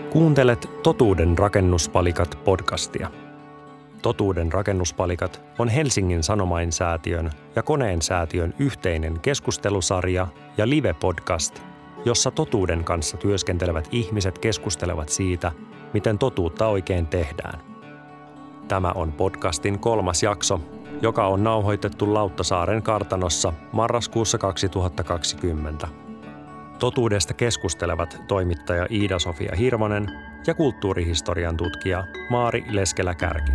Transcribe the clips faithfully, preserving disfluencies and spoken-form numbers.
Kuuntelet Totuuden rakennuspalikat podcastia. Totuuden rakennuspalikat on Helsingin Sanomain-säätiön ja Koneen säätiön yhteinen keskustelusarja ja live-podcast, jossa totuuden kanssa työskentelevät ihmiset keskustelevat siitä, miten totuutta oikein tehdään. Tämä on podcastin kolmas jakso, joka on nauhoitettu Lauttasaaren kartanossa marraskuussa kaksituhattakaksikymmentä. Totuudesta keskustelevat toimittaja Iida-Sofia Hirvonen ja kulttuurihistorian tutkija Maari Leskelä-Kärki.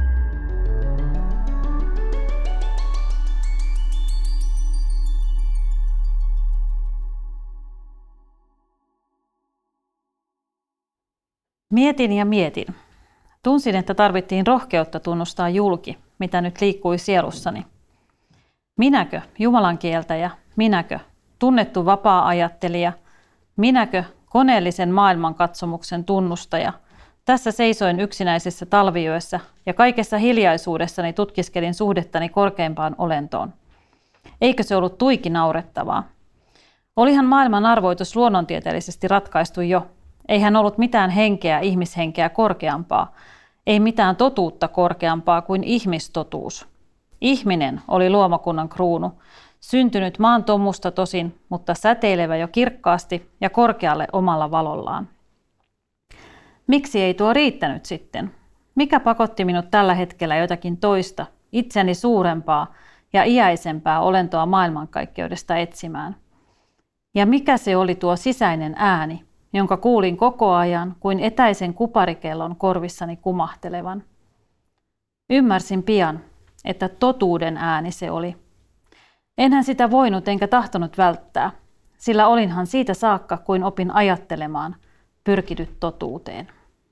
Mietin ja mietin. Tunsin, että tarvittiin rohkeutta tunnustaa julki, mitä nyt liikkui sielussani. Minäkö, Jumalan kieltäjä, minäkö, tunnettu vapaa-ajattelija, minäkö, koneellisen maailmankatsomuksen tunnustaja, tässä seisoin yksinäisessä talviyössä ja kaikessa hiljaisuudessani tutkiskelin suhdettani korkeimpaan olentoon. Eikö se ollut tuiki naurettavaa? Olihan maailman arvoitus luonnontieteellisesti ratkaistu jo. Eihän ollut mitään henkeä, ihmishenkeä korkeampaa, ei mitään totuutta korkeampaa kuin ihmistotuus. Ihminen oli luomakunnan kruunu, syntynyt maan tomusta tosin, mutta säteilevä jo kirkkaasti ja korkealle omalla valollaan. Miksi ei tuo riittänyt sitten? Mikä pakotti minut tällä hetkellä jotakin toista, itseni suurempaa ja iäisempää olentoa maailmankaikkeudesta etsimään? Ja mikä se oli tuo sisäinen ääni, jonka kuulin koko ajan kuin etäisen kuparikellon korvissani kumahtelevan? Ymmärsin pian, että totuuden ääni se oli. Enhän sitä voinut enkä tahtonut välttää, sillä olinhan siitä saakka, kuin opin ajattelemaan, pyrkinyt totuuteen.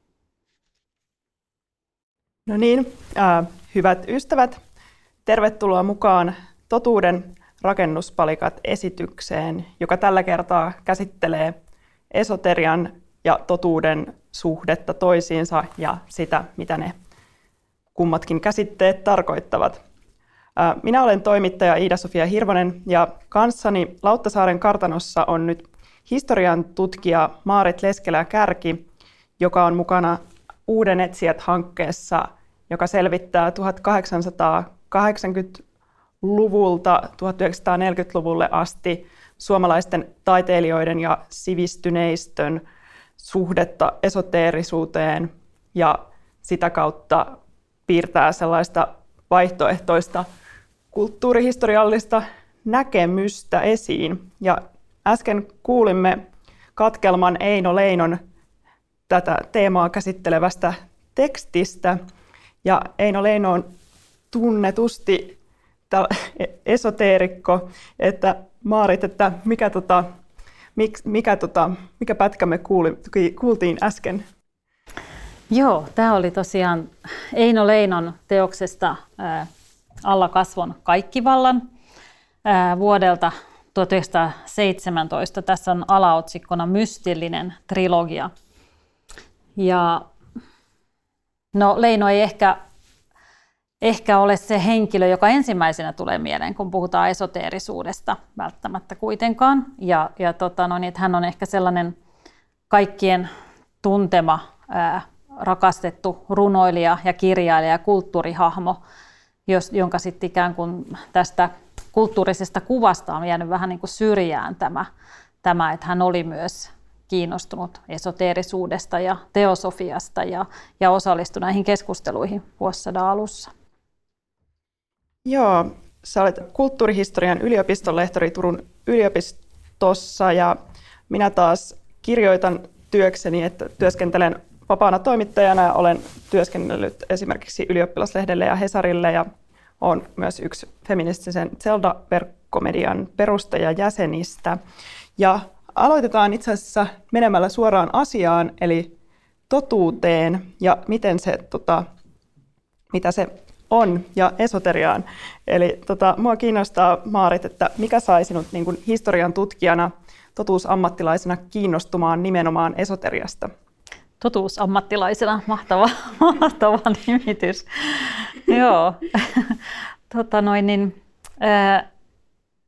No niin, äh, hyvät ystävät, tervetuloa mukaan Totuuden rakennuspalikat esitykseen, joka tällä kertaa käsittelee esoterian ja totuuden suhdetta toisiinsa ja sitä, mitä ne kummatkin käsitteet tarkoittavat. Minä olen toimittaja Iida-Sofia Hirvonen ja kanssani Lauttasaaren kartanossa on nyt historian tutkija Maarit Leskelä-Kärki, joka on mukana Uuden etsijät-hankkeessa, joka selvittää tuhatkahdeksansataakahdeksankymmentäluvulta tuhatyhdeksänsataaneljäkymmentäluvulle asti suomalaisten taiteilijoiden ja sivistyneistön suhdetta esoteerisuuteen ja sitä kautta piirtää sellaista vaihtoehtoista kulttuurihistoriallista näkemystä esiin. Ja äsken kuulimme katkelman Eino Leinon tätä teemaa käsittelevästä tekstistä. Ja Eino Leino on tunnetusti esoteerikko, että Maarit, että mikä, tota, mikä, tota, mikä pätkä me kuuli, kuultiin äsken? Joo, tämä oli tosiaan Eino Leinon teoksesta ää, Alla kasvon kaikkivallan ää, vuodelta tuhatyhdeksänsataaseitsemäntoista. Tässä on alaotsikkona Mystillinen trilogia. Ja no, Leino ei ehkä, ehkä ole se henkilö, joka ensimmäisenä tulee mieleen, kun puhutaan esoteerisuudesta, välttämättä kuitenkaan. Ja, ja tota, no, niin, että hän on ehkä sellainen kaikkien tuntema, ää, rakastettu runoilija ja kirjailija ja kulttuurihahmo, jos, jonka sitten ikään kuin tästä kulttuurisesta kuvasta on jäänyt vähän niin kuin syrjään tämä, tämä, että hän oli myös kiinnostunut esoteerisuudesta ja teosofiasta ja, ja osallistui näihin keskusteluihin vuosisadan alussa. Joo, sä olet kulttuurihistorian yliopiston lehtori Turun yliopistossa ja minä taas kirjoitan työkseni, että työskentelen vapaana toimittajana ja olen työskennellyt esimerkiksi Ylioppilaslehdelle ja Hesarille ja olen myös yksi feministisen Zelda-verkkomedian perustajajäsenistä. Ja aloitetaan itse asiassa menemällä suoraan asiaan, eli totuuteen ja miten se, tota, mitä se on ja esoteriaan. Eli tota, mua kiinnostaa, Maarit, että mikä sai sinut niin kuin historian tutkijana, totuusammattilaisena kiinnostumaan nimenomaan esoteriasta? Totuusammattilaisena, mahtava, mahtava nimitys. Joo, tota noin, niin, ää,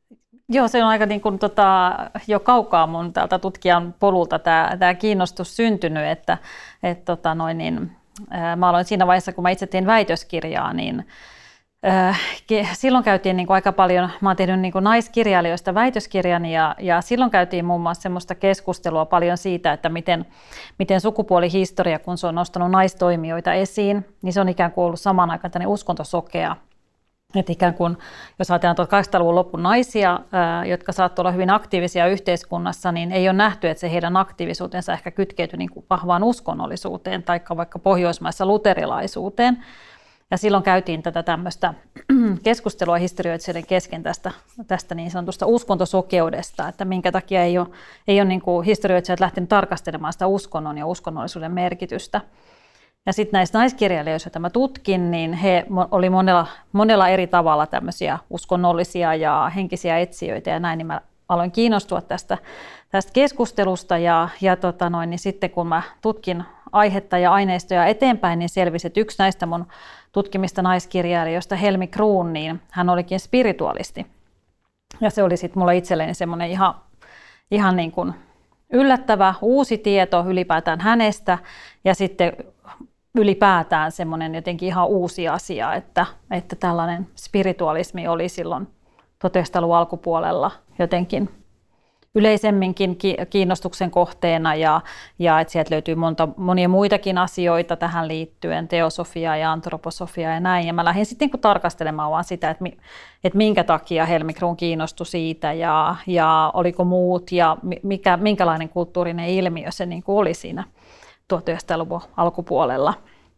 Joo, se on aika niin kuin, tota, jo kaukaa mun täältä tutkijan polulta tämä, tämä kiinnostus syntynyt, että et, tota, noin, niin, ää, mä aloin siinä vaiheessa, kun mä itse tein väitöskirjaa, niin ää, silloin käytiin niin kuin aika paljon, mä oon tehnyt niin kuin naiskirjailijoista väitöskirjan ja, ja silloin käytiin muun muassa semmoista keskustelua paljon siitä, että miten, miten sukupuolihistoria, kun se on nostanut naistoimijoita esiin, niin se on ikään kuin ollut samaan aikaan tämmöinen uskontosokea. Että ikään kuin, jos ajatellaan tuhatkahdeksansataaluvun lopun naisia, jotka saattoi olla hyvin aktiivisia yhteiskunnassa, niin ei ole nähty, että se heidän aktiivisuutensa ehkä kytkeytyi niin kuin vahvaan uskonnollisuuteen tai vaikka pohjoismaissa luterilaisuuteen. Ja silloin käytiin tätä tämmöistä keskustelua historioitsijoiden kesken tästä, tästä niin sanotusta uskontosokeudesta, että minkä takia ei ole, ei ole niin kuin historioitsijat lähtenyt tarkastelemaan sitä uskonnon ja uskonnollisuuden merkitystä. Ja sitten näissä naiskirjailijoissa, joita mä tutkin, niin he oli monella, monella eri tavalla tämmöisiä uskonnollisia ja henkisiä etsijöitä ja näin, niin mä aloin kiinnostua tästä, tästä keskustelusta ja, ja tota noin, niin sitten kun mä tutkin aihetta ja aineistoja eteenpäin, niin selvisi, että yksi näistä mun tutkimista naiskirjailijoista, Helmi Kruun, niin hän olikin spiritualisti. Ja se oli sitten mulle itselleni semmoinen ihan, ihan niin kuin yllättävä uusi tieto ylipäätään hänestä ja sitten ylipäätään semmoinen jotenkin ihan uusi asia, että, että tällainen spiritualismi oli silloin tuhatyhdeksänsataaluvun alkupuolella jotenkin yleisemminkin kiinnostuksen kohteena ja, ja että sieltä löytyy monta, monia muitakin asioita tähän liittyen, teosofia ja antroposofia ja näin. Ja mä lähdin sitten niin tarkastelemaan vaan sitä, että, että minkä takia Helmi Kruun kiinnostui siitä ja, ja oliko muut ja mikä, minkälainen kulttuurinen ilmiö se niin oli siinä tuhatyhdeksänsataaluvun alkupuolella.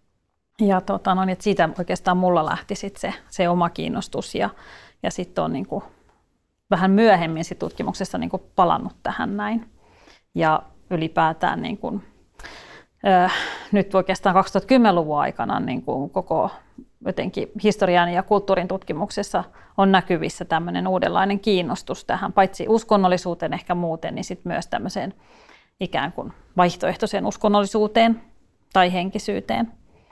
Ja tota, no, että siitä oikeastaan mulla lähti sit se, se oma kiinnostus ja, ja sitten on niin kuin vähän myöhemmin sit tutkimuksessa niin kuin palannut tähän näin. Ja ylipäätään niin kuin, äh, nyt oikeastaan kaksituhattakymmenluvun aikana niin kuin koko jotenkin historian ja kulttuurin tutkimuksessa on näkyvissä tämmöinen uudenlainen kiinnostus tähän, paitsi uskonnollisuuteen ehkä muuten, niin sitten myös tämmöiseen ikään kuin vaihtoehtoiseen uskonnollisuuteen tai henkisyyteen.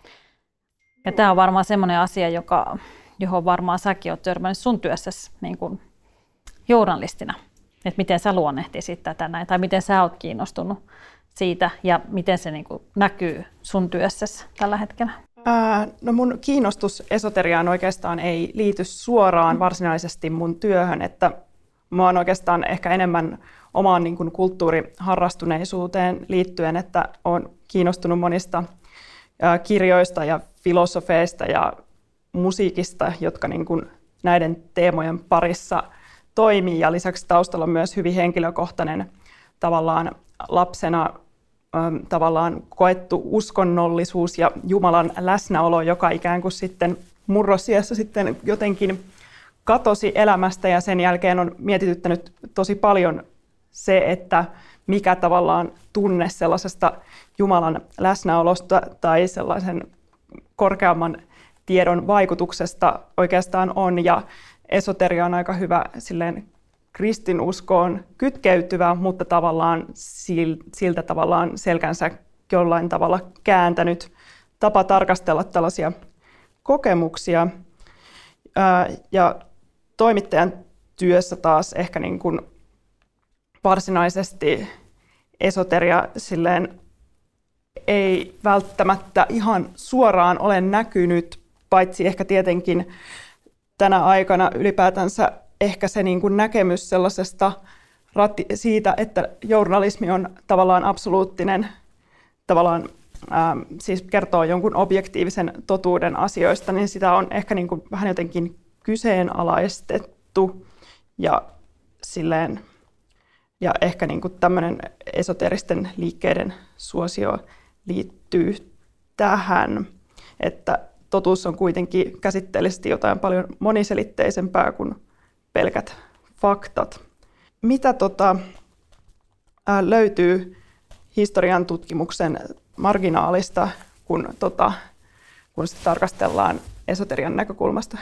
Ja tämä on varmaan semmoinen asia, joka, johon varmaan säkin olet törmännyt sun työssäsi niin kuin journalistina. Että miten sä luonnehtisit tätä näin, tai miten sä oot kiinnostunut siitä ja miten se niin kuin näkyy sun työssäsi tällä hetkellä? Ää, no mun kiinnostus esoteriaan oikeastaan ei liity suoraan varsinaisesti mun työhön, että mä oon oikeastaan ehkä enemmän omaan niin kuin kulttuuriharrastuneisuuteen liittyen, että oon kiinnostunut monista ää, kirjoista ja filosofeista ja musiikista, jotka niin kuin näiden teemojen parissa toimii. Ja lisäksi taustalla on myös hyvin henkilökohtainen tavallaan lapsena äm, tavallaan koettu uskonnollisuus ja Jumalan läsnäolo, joka ikään kuin sitten murrosiässä sitten jotenkin katosi elämästä ja sen jälkeen on mietityttänyt tosi paljon se, että mikä tavallaan tunne sellaisesta Jumalan läsnäolosta tai sellaisen korkeamman tiedon vaikutuksesta oikeastaan on. Ja esoteria on aika hyvä silleen kristinuskoon kytkeytyvä, mutta tavallaan siltä tavallaan selkänsä jollain tavalla kääntänyt tapa tarkastella tällaisia kokemuksia. Ja toimittajan työssä taas ehkä niin kuin varsinaisesti esoteria silleen ei välttämättä ihan suoraan ole näkynyt, paitsi ehkä tietenkin tänä aikana ylipäätänsä ehkä se niin kuin näkemys sellaisesta siitä, että journalismi on tavallaan absoluuttinen, tavallaan ähm, siis kertoo jonkun objektiivisen totuuden asioista, niin sitä on ehkä niin kuin vähän jotenkin kyseenalaistettu ja silleen, ja ehkä niin kuin tämmöinen esoteristen liikkeiden suosio liittyy tähän, että totuus on kuitenkin käsitteellisesti jotain paljon moniselitteisempää kuin pelkät faktat. Mitä tota, ää, löytyy historian tutkimuksen marginaalista, kun, tota, kun sitä tarkastellaan esoterian näkökulmasta?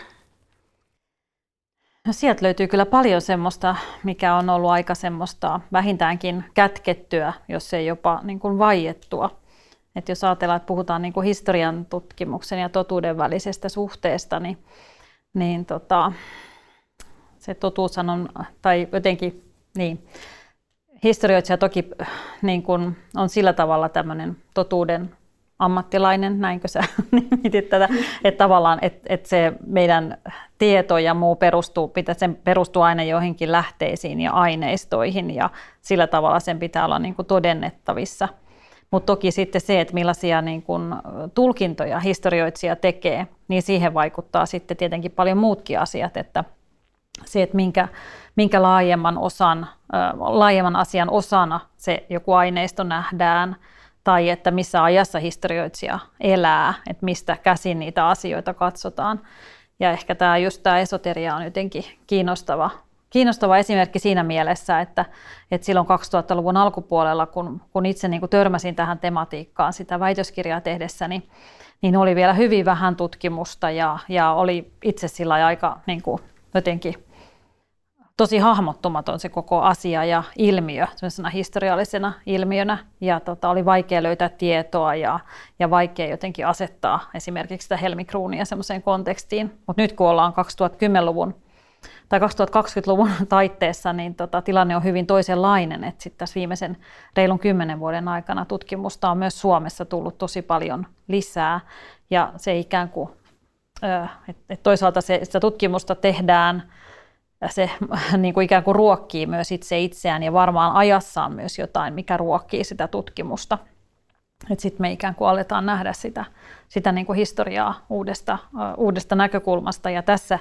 No sieltä löytyy kyllä paljon semmoista, mikä on ollut aika semmoista vähintäänkin kätkettyä, jos ei jopa niin kuin vaiettua. Et jos ajatellaan, että puhutaan niin kuin historian tutkimuksen ja totuuden välisestä suhteesta, niin, niin tota, se totuushan on, tai jotenkin, niin, historioitsija toki niin kun on sillä tavalla tämmöinen totuuden ammattilainen, näinkö sä nimitit tätä, että tavallaan että että se meidän tieto ja muu perustuu, pitää, sen perustuu aina joihinkin lähteisiin ja aineistoihin ja sillä tavalla sen pitää olla niin kuin todennettavissa. Mutta toki sitten se, että millaisia niin kuin tulkintoja historioitsija tekee, niin siihen vaikuttaa sitten tietenkin paljon muutkin asiat, että se, että minkä, minkä laajemman, osan, laajemman asian osana se joku aineisto nähdään, tai että missä ajassa historioitsija elää, että mistä käsin niitä asioita katsotaan. Ja ehkä tämä, just tämä esoteria on jotenkin kiinnostava, kiinnostava esimerkki siinä mielessä, että, että silloin kaksituhattaluvun alkupuolella, kun, kun itse niin kuin törmäsin tähän tematiikkaan sitä väitöskirjaa tehdessäni, niin oli vielä hyvin vähän tutkimusta ja, ja oli itse sillä aika niin kuin jotenkin tosi hahmottumaton se koko asia ja ilmiö, sellaisena historiallisena ilmiönä, ja tota, oli vaikea löytää tietoa ja, ja vaikea jotenkin asettaa esimerkiksi sitä helmikruunia semmoiseen kontekstiin. Mutta nyt kun ollaan kaksituhattakymmenluvun tai kaksituhattakaksikymmentäluvun taitteessa, niin tota, tilanne on hyvin toisenlainen. Et sit tässä viimeisen reilun kymmenen vuoden aikana tutkimusta on myös Suomessa tullut tosi paljon lisää, ja se ikään kuin, että et toisaalta se, sitä tutkimusta tehdään, se niin kuin ikään kuin ruokkii myös itse itseään ja varmaan ajassaan myös jotain, mikä ruokkii sitä tutkimusta. Sitten me ikään kuin aletaan nähdä sitä, sitä niin kuin historiaa uudesta, uudesta näkökulmasta. Ja tässä,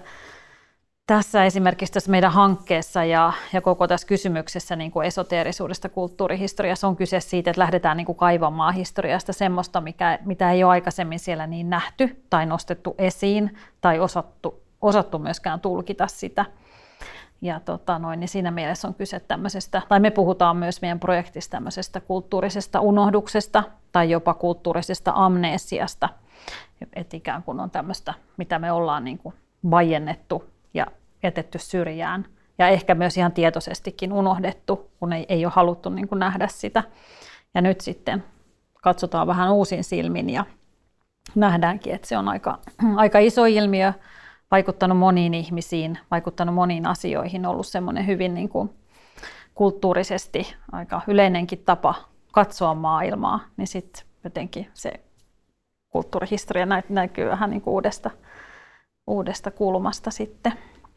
tässä esimerkiksi tässä meidän hankkeessa ja, ja koko tässä kysymyksessä niin kuin esoteerisuudesta kulttuurihistoriassa on kyse siitä, että lähdetään niin kuin kaivamaan historiasta semmoista, mikä, mitä ei ole aikaisemmin siellä niin nähty tai nostettu esiin tai osattu, osattu myöskään tulkita sitä. Ja tota noin, niin siinä mielessä on kyse tämmöisestä, tai me puhutaan myös meidän projektissa tämmöisestä kulttuurisesta unohduksesta tai jopa kulttuurisesta amnesiasta. Että ikään kuin on tämmöistä, mitä me ollaan niin kuin vaiennettu ja jätetty syrjään. Ja ehkä myös ihan tietoisestikin unohdettu, kun ei, ei ole haluttu niin kuin nähdä sitä. Ja nyt sitten katsotaan vähän uusin silmin ja nähdäänkin, että se on aika, aika iso ilmiö. Vaikuttanut moniin ihmisiin, vaikuttanut moniin asioihin, ollut semmoinen hyvin niin kuin kulttuurisesti aika yleinenkin tapa katsoa maailmaa, niin sitten jotenkin se kulttuurihistoria näkyy vähän niin kuin uudesta, uudesta kulmasta sitten.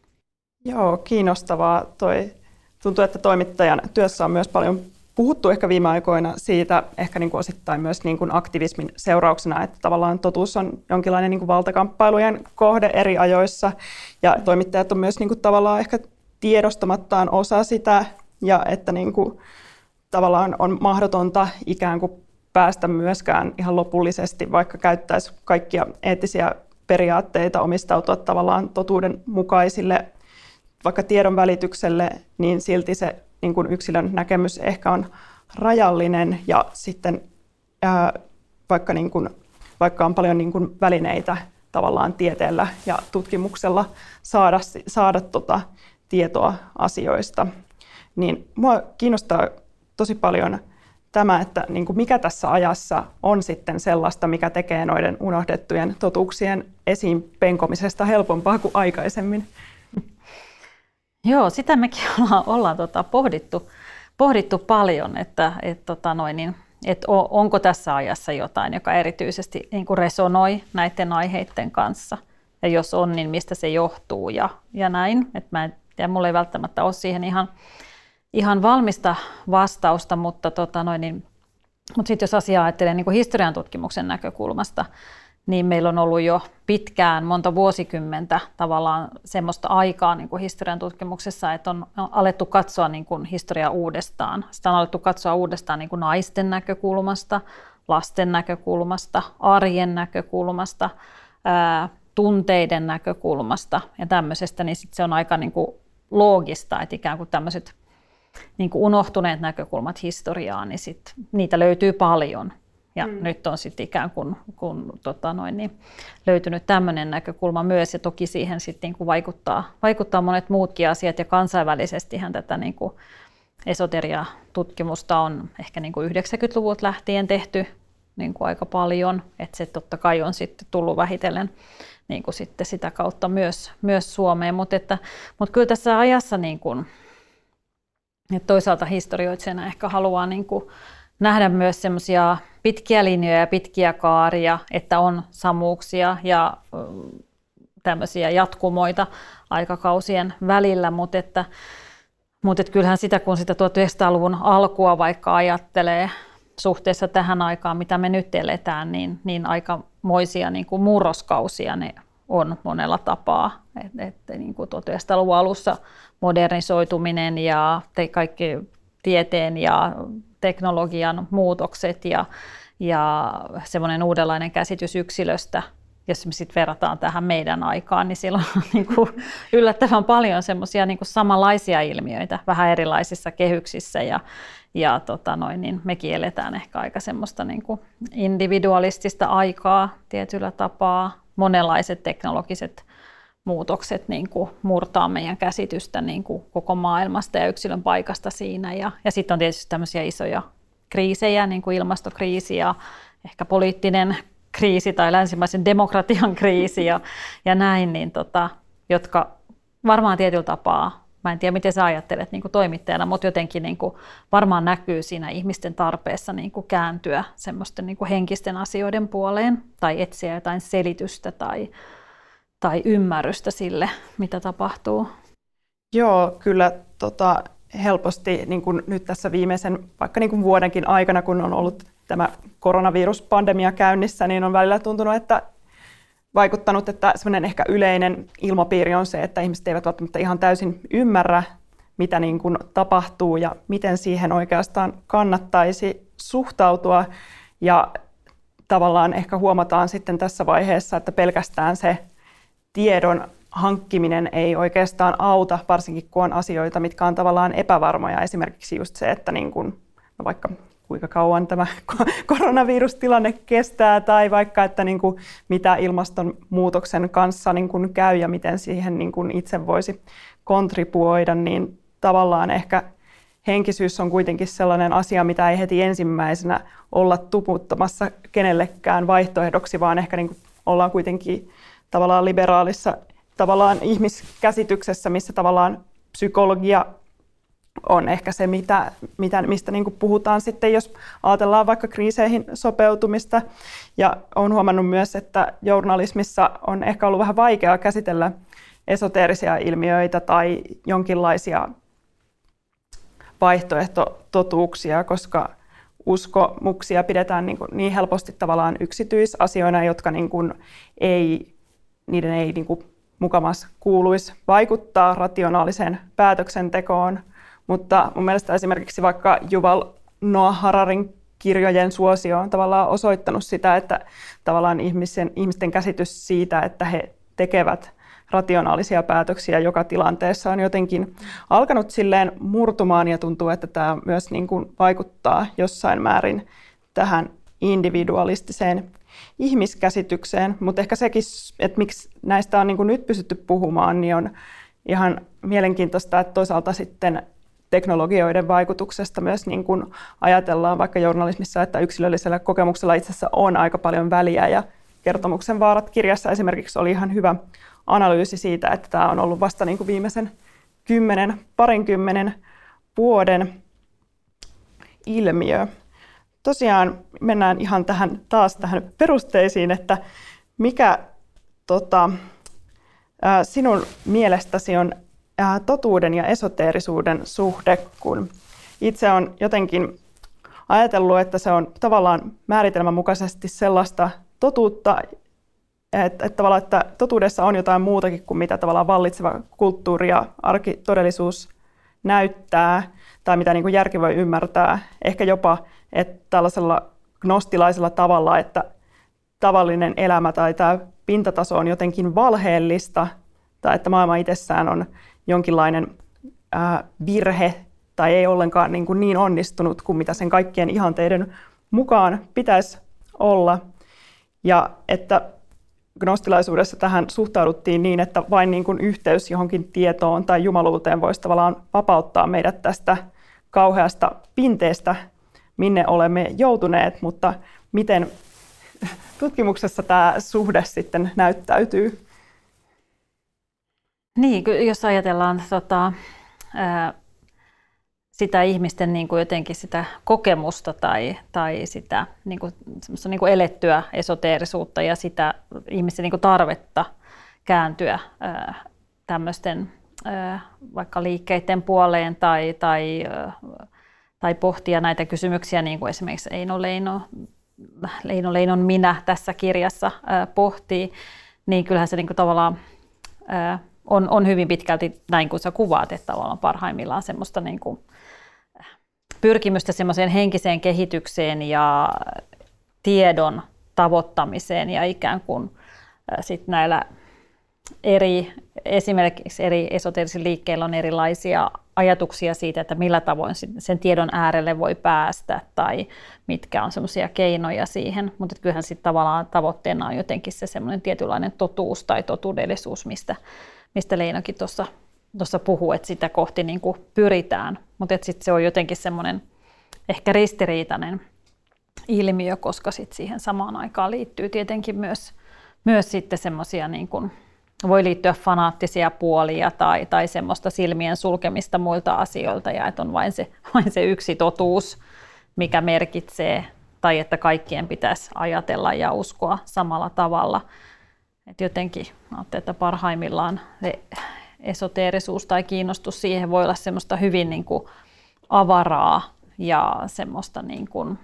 Joo, kiinnostavaa. Toi, tuntuu, että toimittajan työssä on myös paljon puhuttu ehkä viime aikoina siitä, ehkä niin kuin osittain myös niin kuin aktivismin seurauksena, että tavallaan totuus on jonkinlainen niin kuin valtakamppailujen kohde eri ajoissa, ja toimittajat on myös niin kuin tavallaan ehkä tiedostamattaan osa sitä, ja että niin kuin tavallaan on mahdotonta ikään kuin päästä myöskään ihan lopullisesti, vaikka käyttäisi kaikkia eettisiä periaatteita omistautua tavallaan totuuden mukaisille, vaikka tiedon välitykselle, niin silti se niin kuin yksilön näkemys ehkä on rajallinen, ja sitten ää, vaikka, niin kuin, vaikka on paljon niin kuin välineitä tavallaan tieteellä ja tutkimuksella saada, saada tota tietoa asioista, niin mua kiinnostaa tosi paljon tämä, että niin kuin mikä tässä ajassa on sitten sellaista, mikä tekee noiden unohdettujen totuuksien esiin penkomisesta helpompaa kuin aikaisemmin. Joo, sitä mekin ollaan, ollaan tota, pohdittu, pohdittu paljon, että et, tota, noin, niin, et onko tässä ajassa jotain, joka erityisesti niin kuin resonoi näiden aiheiden kanssa. Ja jos on, niin mistä se johtuu ja, ja näin. Et mä en, ja mulla ei välttämättä ole siihen ihan, ihan valmista vastausta, mutta, tota, noin, niin, mutta sitten jos asiaa ajattelee niin kuin historian tutkimuksen näkökulmasta, niin meillä on ollut jo pitkään, monta vuosikymmentä tavallaan semmoista aikaa niin kuin historian tutkimuksessa, että on alettu katsoa niin kuin historiaa uudestaan. Sitä on alettu katsoa uudestaan niin kuin naisten näkökulmasta, lasten näkökulmasta, arjen näkökulmasta, ää, tunteiden näkökulmasta ja tämmöisestä, niin sit se on aika niin kuin loogista, että ikään kuin tämmöiset niin kuin unohtuneet näkökulmat historiaan, niin sit niitä löytyy paljon. Ja mm. nyt on sitten ikään kuin kun, tota noin, niin löytynyt tämmöinen näkökulma myös, ja toki siihen sitten niin kuin vaikuttaa, vaikuttaa monet muutkin asiat, ja kansainvälisestihän tätä niin kuin esoteria-tutkimusta on ehkä niin kuin yhdeksänkymmentäluvulta lähtien tehty niin kuin aika paljon, että se totta kai on sitten tullut vähitellen niin kuin sitten sitä kautta myös, myös Suomeen, mutta, että, mutta kyllä tässä ajassa niin kuin, että toisaalta historioitsijana ehkä haluaa niin kuin nähdä myös semmoisia pitkiä linjoja ja pitkiä kaaria, että on samuuksia ja tämmöisiä jatkumoita aikakausien välillä, mutta, että, mutta että kyllähän sitä, kun sitä tuhatyhdeksänsataaluvun alkua vaikka ajattelee suhteessa tähän aikaan, mitä me nyt eletään, niin, niin aikamoisia niin kuin murroskausia ne on monella tapaa. Et, et, niin kuin tuhatyhdeksänsataaluvun alussa modernisoituminen ja te, kaikki tieteen ja teknologian muutokset ja, ja semmoinen uudenlainen käsitys yksilöstä, jos me sitten verrataan tähän meidän aikaan, niin silloin on niin kuin yllättävän paljon semmoisia niin kuin samanlaisia ilmiöitä vähän erilaisissa kehyksissä ja, ja tota noin, niin mekin eletään ehkä aika semmoista niin kuin individualistista aikaa tietyllä tapaa. Monenlaiset teknologiset muutokset niin kuin murtaa meidän käsitystä niin kuin koko maailmasta ja yksilön paikasta siinä. Ja, ja sitten on tietysti tämmöisiä isoja kriisejä, niin kuin ilmastokriisi ja ehkä poliittinen kriisi tai länsimaisen demokratian kriisi ja, ja näin, niin tota, jotka varmaan tietyllä tapaa, mä en tiedä miten sä ajattelet niin kuin toimittajana, mutta jotenkin niin kuin varmaan näkyy siinä ihmisten tarpeessa niin kuin kääntyä semmoisten niin kuin henkisten asioiden puoleen tai etsiä jotain selitystä tai, tai ymmärrystä sille, mitä tapahtuu. Joo, kyllä tota, helposti niin kuin nyt tässä viimeisen vaikka niin kuin vuodenkin aikana, kun on ollut tämä koronaviruspandemia käynnissä, niin on välillä tuntunut, että vaikuttanut, että semmoinen ehkä yleinen ilmapiiri on se, että ihmiset eivät välttämättä ihan täysin ymmärrä, mitä niin kuin tapahtuu ja miten siihen oikeastaan kannattaisi suhtautua. Ja tavallaan ehkä huomataan sitten tässä vaiheessa, että pelkästään se tiedon hankkiminen ei oikeastaan auta, varsinkin kun on asioita, mitkä on tavallaan epävarmoja. Esimerkiksi just se, että niin kuin, no vaikka kuinka kauan tämä koronavirustilanne kestää tai vaikka, että niin kuin mitä ilmastonmuutoksen kanssa niin kuin käy ja miten siihen niin kuin itse voisi kontribuoida, niin tavallaan ehkä henkisyys on kuitenkin sellainen asia, mitä ei heti ensimmäisenä olla tuputtamassa kenellekään vaihtoehdoksi, vaan ehkä niin kuin ollaan kuitenkin tavallaan liberaalissa tavallaan ihmiskäsityksessä, missä tavallaan psykologia on ehkä se, mitä, mitä, mistä niin kuin puhutaan sitten, jos ajatellaan vaikka kriiseihin sopeutumista. Ja olen huomannut myös, että journalismissa on ehkä ollut vähän vaikeaa käsitellä esoteerisia ilmiöitä tai jonkinlaisia vaihtoehtototuuksia, koska uskomuksia pidetään niin, kuin niin helposti tavallaan yksityisasioina, jotka niin kuin ei, niiden ei niin kuin mukamas kuuluisi vaikuttaa rationaaliseen päätöksentekoon. Mutta mun mielestä esimerkiksi vaikka Yuval Noah Hararin kirjojen suosio on tavallaan osoittanut sitä, että tavallaan ihmisten, ihmisten käsitys siitä, että he tekevät rationaalisia päätöksiä joka tilanteessa on jotenkin alkanut silleen murtumaan ja tuntuu, että tämä myös niin kuin vaikuttaa jossain määrin tähän individualistiseen ihmiskäsitykseen. Mutta ehkä sekin, että miksi näistä on niin kuin nyt pystytty puhumaan, niin on ihan mielenkiintoista, että toisaalta sitten teknologioiden vaikutuksesta myös niin kuin ajatellaan vaikka journalismissa, että yksilöllisellä kokemuksella itse asiassa on aika paljon väliä. Ja Kertomuksen vaarat -kirjassa esimerkiksi oli ihan hyvä analyysi siitä, että tämä on ollut vasta niin kuin viimeisen kymmenen, parinkymmenen vuoden ilmiö. Tosiaan mennään ihan tähän, taas tähän perusteisiin, että mikä tota, ää, sinun mielestäsi on ää, totuuden ja esoteerisuuden suhde, kun itse on jotenkin ajatellut, että se on tavallaan määritelmän mukaisesti sellaista totuutta, että, että, tavallaan, että totuudessa on jotain muutakin kuin mitä tavallaan vallitseva kulttuuri ja arkitodellisuus näyttää tai mitä niin kuin järki voi ymmärtää. Ehkä jopa että tällaisella gnostilaisella tavalla, että tavallinen elämä tai tämä pintataso on jotenkin valheellista tai että maailma itsessään on jonkinlainen ää, virhe tai ei ollenkaan niin, kuin niin onnistunut kuin mitä sen kaikkien ihanteiden mukaan pitäisi olla. Ja että gnostilaisuudessa tähän suhtauduttiin niin, että vain niin kuin yhteys johonkin tietoon tai jumaluuteen voisi tavallaan vapauttaa meidät tästä kauheasta pinteestä, minne olemme joutuneet, mutta miten tutkimuksessa tämä suhde sitten näyttäytyy? Niin, jos ajatellaan tota, ää, sitä ihmisten niin kuin jotenkin sitä kokemusta tai, tai sitä niin kuin, niin kuin elettyä esoteerisuutta ja sitä ihmisten niin kuin tarvetta kääntyä ää, tämmöisten ää, vaikka liikkeiden puoleen tai, tai, ää, tai pohtia näitä kysymyksiä, niin kuin esimerkiksi Eino Leino, Leino Leinon Minä tässä kirjassa ää, pohtii, niin kyllähän se niin kuin tavallaan ää, on, on hyvin pitkälti näin kuin sä kuvaat, että tavallaan parhaimmillaan semmoista niin kuin pyrkimystä semmoiseen henkiseen kehitykseen ja tiedon tavoittamiseen ja ikään kuin sit näillä eri, esimerkiksi eri esoteerisilla liikkeillä on erilaisia ajatuksia siitä, että millä tavoin sen tiedon äärelle voi päästä tai mitkä on semmoisia keinoja siihen, mutta kyllähän sitten tavallaan tavoitteena on jotenkin se semmoinen tietynlainen totuus tai totuudellisuus, mistä, mistä Leinokin tuossa tuossa puhuu, että sitä kohti niin kuin pyritään, mutta sitten se on jotenkin semmoinen ehkä ristiriitainen ilmiö, koska sit siihen samaan aikaan liittyy tietenkin myös, myös sitten semmoisia, niin kuin, voi liittyä fanaattisia puolia tai, tai semmoista silmien sulkemista muilta asioilta ja että on vain se, vain se yksi totuus, mikä merkitsee, tai että kaikkien pitäisi ajatella ja uskoa samalla tavalla. Et jotenkin ajattelin, että parhaimmillaan se esoteerisuus tai kiinnostus siihen voi olla semmoista hyvin niin kuin avaraa ja semmoista niin kuin,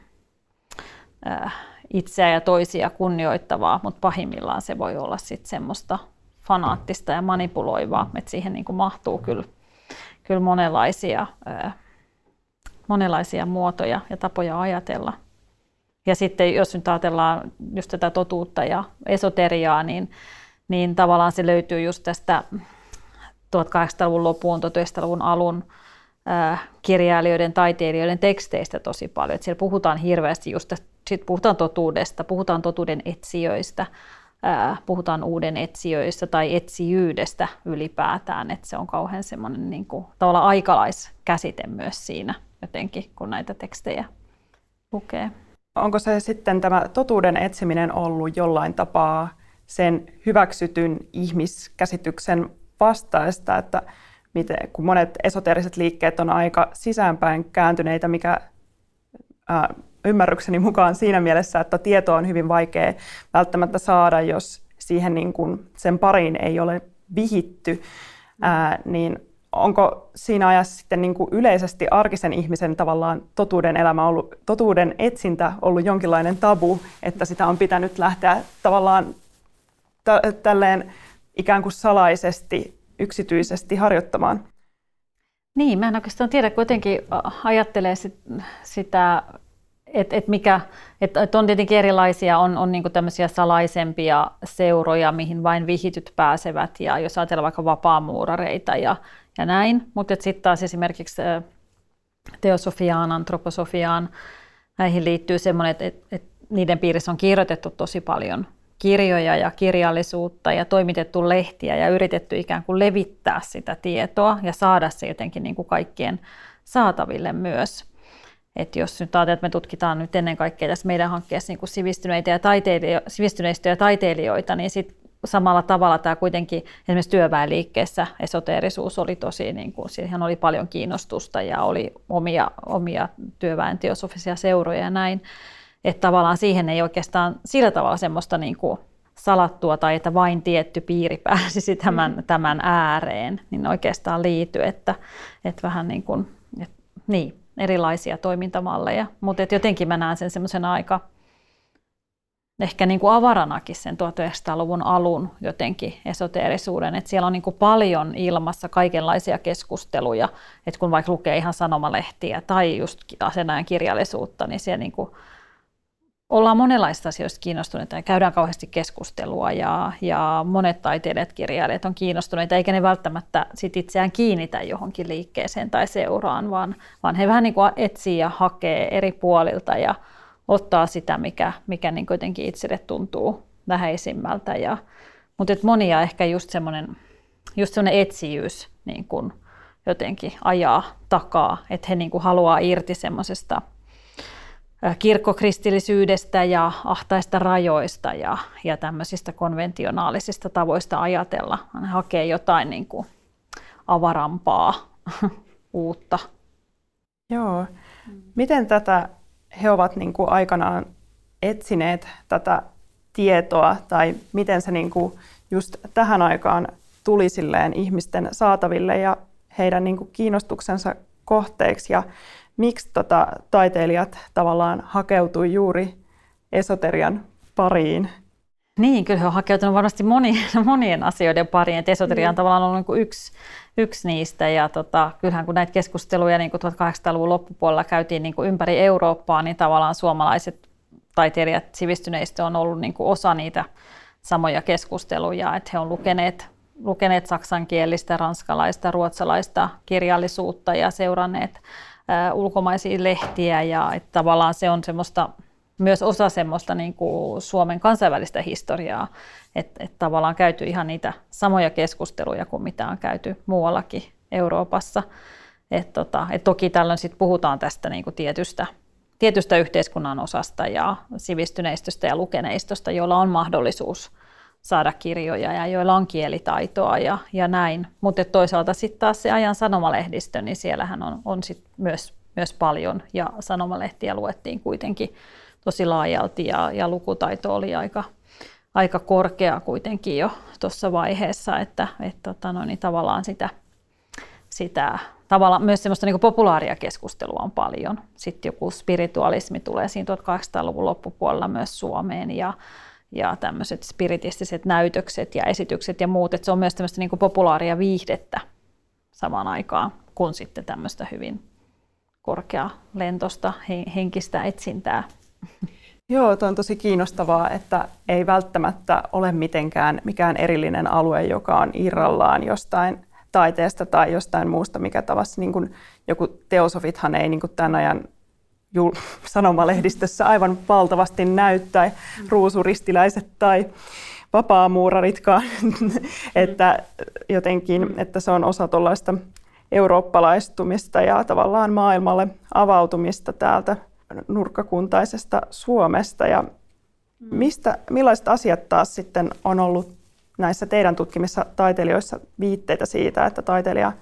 äh, itseä ja toisia kunnioittavaa, mutta pahimmillaan se voi olla sitten semmoista fanaattista ja manipuloivaa, että siihen niin kuin mahtuu kyllä, kyllä monenlaisia, äh, monenlaisia muotoja ja tapoja ajatella. Ja sitten jos nyt ajatellaan just tätä totuutta ja esoteriaa, niin, niin tavallaan se löytyy just tästä tuhatkahdeksansataaluvun lopun, tuhatyhdeksänsataaluvun alun äh, kirjailijoiden, taiteilijoiden teksteistä tosi paljon. Et siellä puhutaan hirveästi just tästä, sit puhutaan totuudesta, puhutaan totuuden etsijöistä, äh, puhutaan uuden etsijöistä tai etsijyydestä ylipäätään. Et se on kauhean semmoinen niin kuin, tavallaan aikalaiskäsite myös siinä jotenkin, kun näitä tekstejä lukee. Onko se sitten tämä totuuden etsiminen ollut jollain tapaa sen hyväksytyn ihmiskäsityksen vastaista, että miten, kun monet esoteeriset liikkeet on aika sisäänpäin kääntyneitä, mikä ää, ymmärrykseni mukaan siinä mielessä, että tietoa on hyvin vaikea välttämättä saada, jos siihen niin kuin sen pariin ei ole vihitty, ää, niin onko siinä ajassa sitten niin kuin yleisesti arkisen ihmisen tavallaan totuuden elämä ollut, totuuden etsintä ollut jonkinlainen tabu, että sitä on pitänyt lähteä tavallaan t- tälleen ikään kuin salaisesti, yksityisesti harjoittamaan? Niin, mä en oikeastaan tiedä, kun jotenkin ajattelee sit, sitä, että et mikä, että et on tietenkin erilaisia, on, on niinku tämmöisiä salaisempia seuroja, mihin vain vihityt pääsevät, ja jos ajatellaan vaikka vapaamuurareita ja, ja näin, mutta sitten taas esimerkiksi teosofiaan, antroposofiaan, näihin liittyy semmoinen, että et, et niiden piirissä on kirjoitettu tosi paljon kirjoja ja kirjallisuutta ja toimitettu lehtiä ja yritetty ikään kuin levittää sitä tietoa ja saada se jotenkin niin kuin kaikkien saataville myös. Et jos nyt ajatellaan, että me tutkitaan nyt ennen kaikkea tässä meidän hankkeessa niin kuin sivistyneitä ja taiteilio- sivistyneistöjä ja taiteilijoita, niin sit samalla tavalla tämä kuitenkin esimerkiksi työväenliikkeessä esoteerisuus oli tosi, niin kuin, siihen oli paljon kiinnostusta ja oli omia, omia työväen teosofisia seuroja ja näin. Että tavallaan siihen ei oikeastaan sillä tavalla semmoista niin kuin salattua tai että vain tietty piiri pääsisi tämän, tämän ääreen, niin oikeastaan liity, että, että vähän niin kuin, että, niin, erilaisia toimintamalleja. Mutta jotenkin mä näen sen semmoisena aika ehkä niin kuin avaranakin sen tuhatyhdeksänsataaluvun alun jotenkin esoteerisuuden, että siellä on niin kuin paljon ilmassa kaikenlaisia keskusteluja, että kun vaikka lukee ihan sanomalehtiä tai just asenajan kirjallisuutta, niin siellä niin kuin ollaan monenlaista asioista kiinnostuneita ja käydään kauheasti keskustelua ja, ja monet taiteilijat, kirjailijat on kiinnostuneita, eikä ne välttämättä sit itseään kiinnitä johonkin liikkeeseen tai seuraan, vaan, vaan he vähän niin kuin etsii ja hakee eri puolilta ja ottaa sitä, mikä, mikä niin jotenkin itselle tuntuu läheisimmältä. Ja, mutta et monia ehkä just semmoinen just semmoinen etsijyys niin kuin jotenkin ajaa takaa, että he niin kuin haluaa irti semmoisesta kirkkokristillisyydestä ja ahtaista rajoista ja, ja tämmöisistä konventionaalisista tavoista ajatella. Hän hakee jotain niin kuin avarampaa, uutta. Joo. Miten tätä he ovat niin kuin aikanaan etsineet tätä tietoa tai miten se niin kuin just tähän aikaan tuli silleen ihmisten saataville ja heidän niin kuin kiinnostuksensa kohteeksi ja miksi tota, taiteilijat tavallaan hakeutui juuri esoterian pariin? Niin, kyllä he on hakeutunut varmasti monien, monien asioiden pariin. Et esoteria on mm. tavallaan ollut niin kuin yksi, yksi niistä. Ja tota, kyllähän kun näitä keskusteluja niin kuin tuhatkahdeksansataaluvun loppupuolella käytiin niin kuin ympäri Eurooppaa, niin tavallaan suomalaiset taiteilijat sivistyneistö on ollut niin kuin osa niitä samoja keskusteluja. Että he on lukeneet, lukeneet saksankielistä, ranskalaista, ruotsalaista kirjallisuutta ja seuranneet ä, ulkomaisia lehtiä. Ja että tavallaan se on semmoista... myös osa semmoista niin kuin Suomen kansainvälistä historiaa, että et tavallaan käyty ihan niitä samoja keskusteluja kuin mitä on käyty muuallakin Euroopassa. Et tota, et toki tällöin sit puhutaan tästä niin kuin tietystä, tietystä yhteiskunnan osasta ja sivistyneistöstä ja lukeneistosta, joilla on mahdollisuus saada kirjoja ja joilla on kielitaitoa ja, ja näin. Mutta toisaalta sitten taas se ajan sanomalehdistö, niin siellähän on, on sit myös, myös paljon ja sanomalehtiä luettiin kuitenkin tosi laajalti ja, ja lukutaito oli aika, aika korkea kuitenkin jo tuossa vaiheessa, että et, tota, no, niin tavallaan sitä, sitä tavallaan myös semmoista niin kuin populaaria keskustelua on paljon. Sitten joku spiritualismi tulee siinä tuhatkahdeksansataaluvun loppupuolella myös Suomeen ja, ja tämmöiset spiritistiset näytökset ja esitykset ja muut, että se on myös tämmöistä niin kuin populaaria viihdettä samaan aikaan kuin sitten tämmöistä hyvin korkealentoista henkistä etsintää. Joo, tuo on tosi kiinnostavaa, että ei välttämättä ole mitenkään mikään erillinen alue, joka on irrallaan jostain taiteesta tai jostain muusta, mikä tavassa niin kuin joku teosofithan ei niin kuin tämän ajan jul- sanomalehdistössä aivan valtavasti näy, tai ruusuristiläiset tai vapaamuuraritkaan, että jotenkin, että se on osa tuollaista eurooppalaistumista ja tavallaan maailmalle avautumista täältä nurkkakuntaisesta Suomesta. Ja mistä, millaiset asiat taas sitten on ollut näissä teidän tutkimissa taiteilijoissa viitteitä siitä, että taiteilija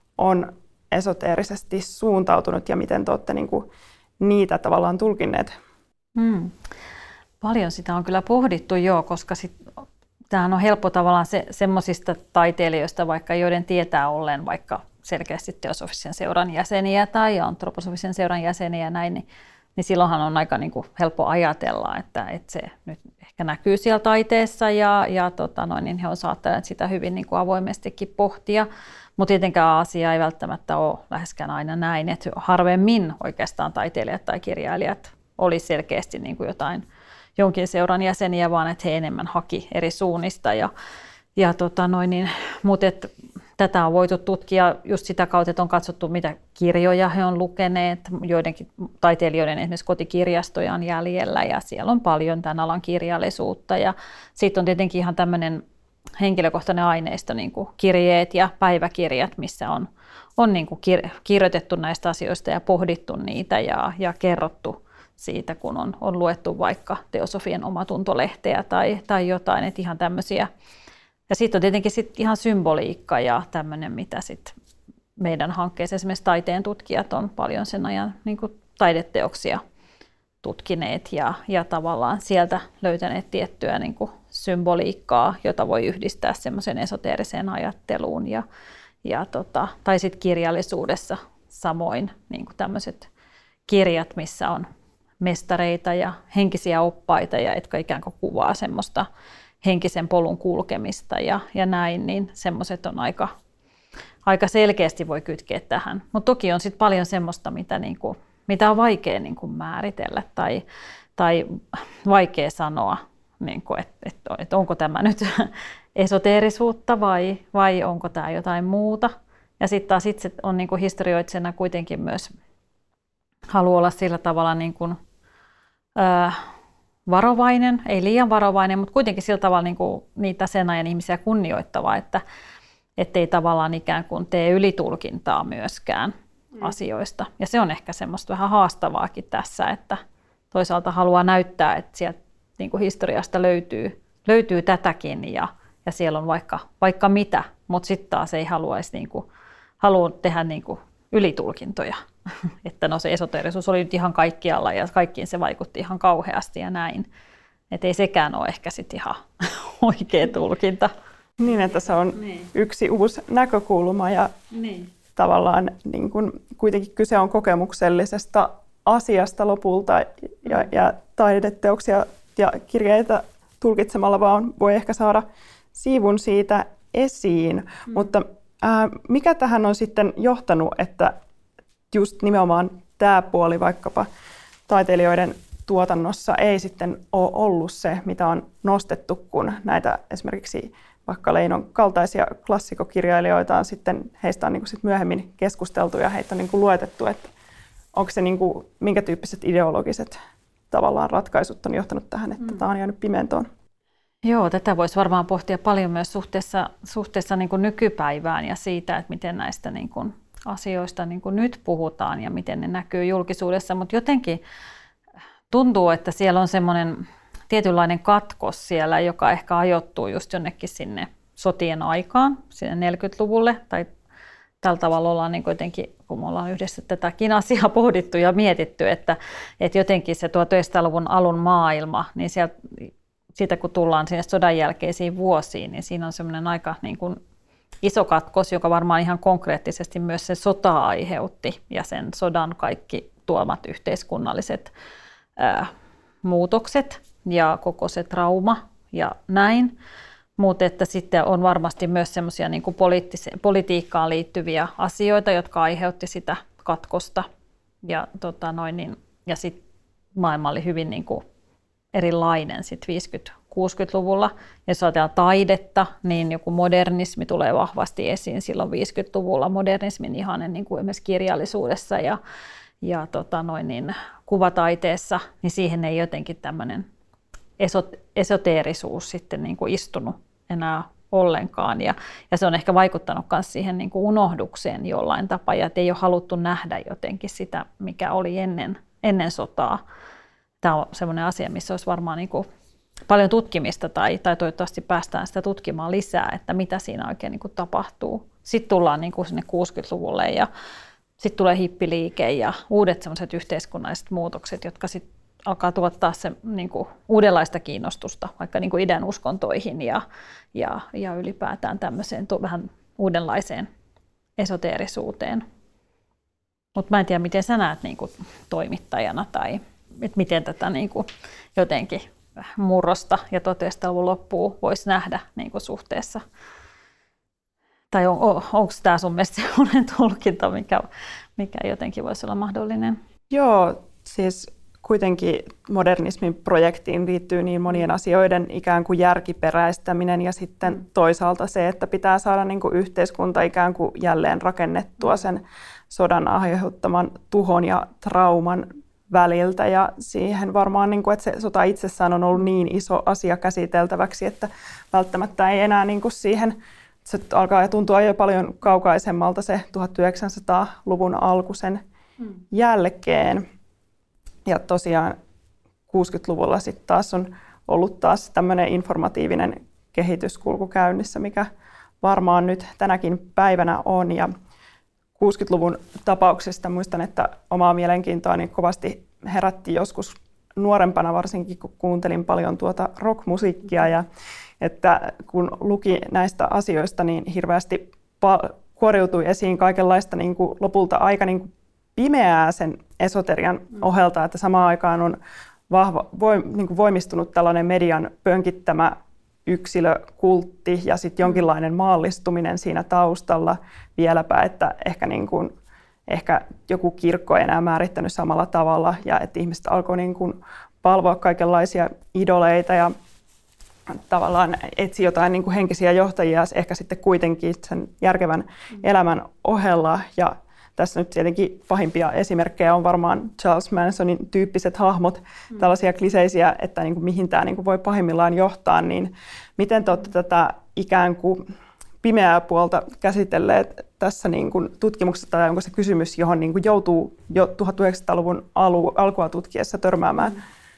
on esoteerisesti suuntautunut ja miten te olette niin kuin niitä tavallaan tulkinneet? Hmm. Paljon sitä on kyllä pohdittu jo, koska sit, tämähän on helppo tavallaan se, semmoisista taiteilijoista, vaikka joiden tietää ollen vaikka selkeästi teosofisen seuran jäseniä tai antroposofisen seuran jäseniä ja näin, niin, niin silloinhan on aika niin kuin helppo ajatella, että, että se nyt ehkä näkyy siellä taiteessa ja, ja tota noin, niin he on saattaneet sitä hyvin niin kuin avoimestikin pohtia, mutta tietenkään asia ei välttämättä ole läheskään aina näin, että harvemmin oikeastaan taiteilijat tai kirjailijat oli selkeästi niin kuin jotain jonkin seuran jäseniä, vaan että he enemmän haki eri suunnista ja, ja tota noin, niin, mutta et, tätä on voitu tutkia just sitä kautta, että on katsottu, mitä kirjoja he on lukeneet. Joidenkin taiteilijoiden esimerkiksi kotikirjastoja on jäljellä ja siellä on paljon tämän alan kirjallisuutta. Ja sitten on tietenkin ihan tämmöinen henkilökohtainen aineisto, niin kuin kirjeet ja päiväkirjat, missä on, on niin kuin kir- kirjoitettu näistä asioista ja pohdittu niitä ja, ja kerrottu siitä, kun on, on luettu vaikka teosofien omatuntolehteä tai, tai jotain, että ihan tämmöisiä. Ja sitten on tietenkin sit ihan symboliikka ja tämmöinen, mitä sit meidän hankkeessa esimerkiksi taiteen tutkijat on paljon sen ajan niin kuin taideteoksia tutkineet ja, ja tavallaan sieltä löytäneet tiettyä niin kuin symboliikkaa, jota voi yhdistää semmoiseen esoteeriseen ajatteluun. Ja, ja tota, tai sitten kirjallisuudessa samoin niin kuin tämmöiset kirjat, missä on mestareita ja henkisiä oppaita, ja jotka ikään kuin kuvaa semmoista henkisen polun kulkemista ja, ja näin, niin semmoiset on aika, aika selkeästi voi kytkeä tähän. Mutta toki on sitten paljon semmoista, mitä, niinku, mitä on vaikea niinku määritellä tai, tai vaikea sanoa, niinku, että et, et onko tämä nyt esoteerisuutta vai, vai onko tämä jotain muuta. Ja sitten taas itse on niinku historioitsijana kuitenkin myös haluaa olla sillä tavalla niin kuin, ää, varovainen, ei liian varovainen, mutta kuitenkin sillä tavalla niin kuin niitä sen ajan ihmisiä kunnioittava, että ei tavallaan ikään kuin tee ylitulkintaa myöskään mm. asioista. Ja se on ehkä semmoista vähän haastavaakin tässä, että, toisaalta haluaa näyttää, että sieltä niin kuin historiasta löytyy, löytyy tätäkin ja, ja siellä on vaikka, vaikka mitä, mutta sitten taas ei haluaisi niin kuin, halua tehdä niin kuin ylitulkintoja. Että no se esoteerisuus oli nyt ihan kaikkialla ja kaikkiin se vaikutti ihan kauheasti ja näin. Että ei sekään ole ehkä sitten ihan oikea tulkinta. Niin, että se on niin. yksi uusi näkökulma ja niin. tavallaan niin kun, kuitenkin kyse on kokemuksellisesta asiasta lopulta ja, ja taideteoksia ja kirjeitä tulkitsemalla vaan voi ehkä saada siivun siitä esiin. Mm. Mutta ää, mikä tähän on sitten johtanut, että just nimenomaan tämä puoli vaikkapa taiteilijoiden tuotannossa ei sitten ole ollut se, mitä on nostettu, kun näitä esimerkiksi vaikka Leinon kaltaisia klassikokirjailijoita on sitten, heistä on niin kuin sit myöhemmin keskusteltu ja heitä on niin kuin luetettu, että onko se niin kuin, minkä tyyppiset ideologiset tavallaan ratkaisut on johtanut tähän, että mm. tämä on jäänyt pimentoon. Joo, tätä voisi varmaan pohtia paljon myös suhteessa, suhteessa niin kuin nykypäivään ja siitä, että miten näistä niin kuin asioista niin kuin nyt puhutaan ja miten ne näkyy julkisuudessa, mutta jotenkin tuntuu, että siellä on semmoinen tietynlainen katkos siellä, joka ehkä ajoittuu just jonnekin sinne sotien aikaan, sinne neljäkymmentäluvulle. Tai tällä tavalla ollaan niin jotenkin, kun me ollaan yhdessä tätäkin asiaa pohdittu ja mietitty, että, että jotenkin se tuhatyhdeksänsataaluvun alun maailma, niin sieltä, siitä kun tullaan sinne sodan jälkeisiin vuosiin, niin siinä on semmoinen aika niin kuin iso katkos, joka varmaan ihan konkreettisesti myös se sota aiheutti ja sen sodan kaikki tuomat yhteiskunnalliset ää, muutokset ja koko se trauma ja näin. Mutta että sitten on varmasti myös semmoisia niin kuin politiikkaan liittyviä asioita, jotka aiheutti sitä katkosta. Ja, tota noin, niin, ja sitten maailma oli hyvin niin kuin erilainen sit viisikymmentä-kuusikymmentäluvulla. Jos ajatellaan taidetta, niin joku modernismi tulee vahvasti esiin silloin viisikymmentäluvulla. Modernismin ihanne niin kuin esimerkiksi kirjallisuudessa ja, ja tota noin, niin, kuvataiteessa, niin siihen ei jotenkin tämmöinen esoteerisuus sitten niin kuin istunut enää ollenkaan. Ja, ja se on ehkä vaikuttanut myös siihen niin kuin unohdukseen jollain tapaa, ja ei ole haluttu nähdä jotenkin sitä, mikä oli ennen, ennen sotaa. Tämä on sellainen asia, missä olisi varmaan niin kuin paljon tutkimista, tai, tai toivottavasti päästään sitä tutkimaan lisää, että mitä siinä oikein niin kuin tapahtuu. Sitten tullaan niin kuin sinne kuusikymmentäluvulle, ja sitten tulee hippiliike ja uudet sellaiset yhteiskunnalliset muutokset, jotka sitten alkaa tuottaa se niin kuin uudenlaista kiinnostusta vaikka niin kuin idän uskontoihin ja, ja, ja ylipäätään tämmöiseen to, vähän uudenlaiseen esoteerisuuteen. Mutta mä en tiedä, miten sä näet niin kuin toimittajana tai että miten tätä niin kuin jotenkin murrosta ja tuhatyhdeksänsataaluvun loppua voisi nähdä niin kuin suhteessa. Tai on, on, onko tämä sun mielestä sellainen tulkinta, mikä, mikä jotenkin voisi olla mahdollinen? Joo, siis kuitenkin modernismin projektiin liittyy niin monien asioiden ikään kuin järkiperäistäminen ja sitten toisaalta se, että pitää saada niin kuin yhteiskunta ikään kuin jälleen rakennettua sen sodan aiheuttaman tuhon ja trauman väliltä. Ja siihen varmaan, niin kuin, että se sota itsessään on ollut niin iso asia käsiteltäväksi, että välttämättä ei enää niin kuin siihen, se alkaa tuntua jo paljon kaukaisemmalta se tuhatyhdeksänsataaluvun alku sen jälkeen. Ja tosiaan kuusikymmentäluvulla sitten taas on ollut taas tämmöinen informatiivinen kehityskulku käynnissä, mikä varmaan nyt tänäkin päivänä on. Ja kuusikymmentäluvun tapauksesta muistan, että omaa mielenkiintoani kovasti herätti joskus nuorempana, varsinkin kun kuuntelin paljon tuota rockmusiikkia. Ja että kun luki näistä asioista, niin hirveästi kuoriutui esiin kaikenlaista niin kuin lopulta aika niin kuin pimeää sen esoterian ohelta, että samaan aikaan on vahva, voim, niin kuin voimistunut tällainen median pönkittämä yksilökultti ja sitten jonkinlainen maallistuminen siinä taustalla vieläpä, että ehkä, niin kuin, ehkä joku kirkko ei enää määrittänyt samalla tavalla ja että ihmiset alkoi niin kuin palvoa kaikenlaisia idoleita ja tavallaan etsiä jotain niin kuin henkisiä johtajia ehkä sitten kuitenkin sen järkevän elämän ohella. Ja tässä nyt tietenkin pahimpia esimerkkejä on varmaan Charles Mansonin tyyppiset hahmot, mm. tällaisia kliseisiä, että niin kuin mihin tämä niin kuin voi pahimmillaan johtaa. Niin miten te olette tätä ikään kuin pimeää puolta käsitelleet tässä niin kuin tutkimuksessa, tai onko se kysymys, johon niin kuin joutuu jo tuhatyhdeksänsataaluvun alu, alkua tutkiessa törmäämään?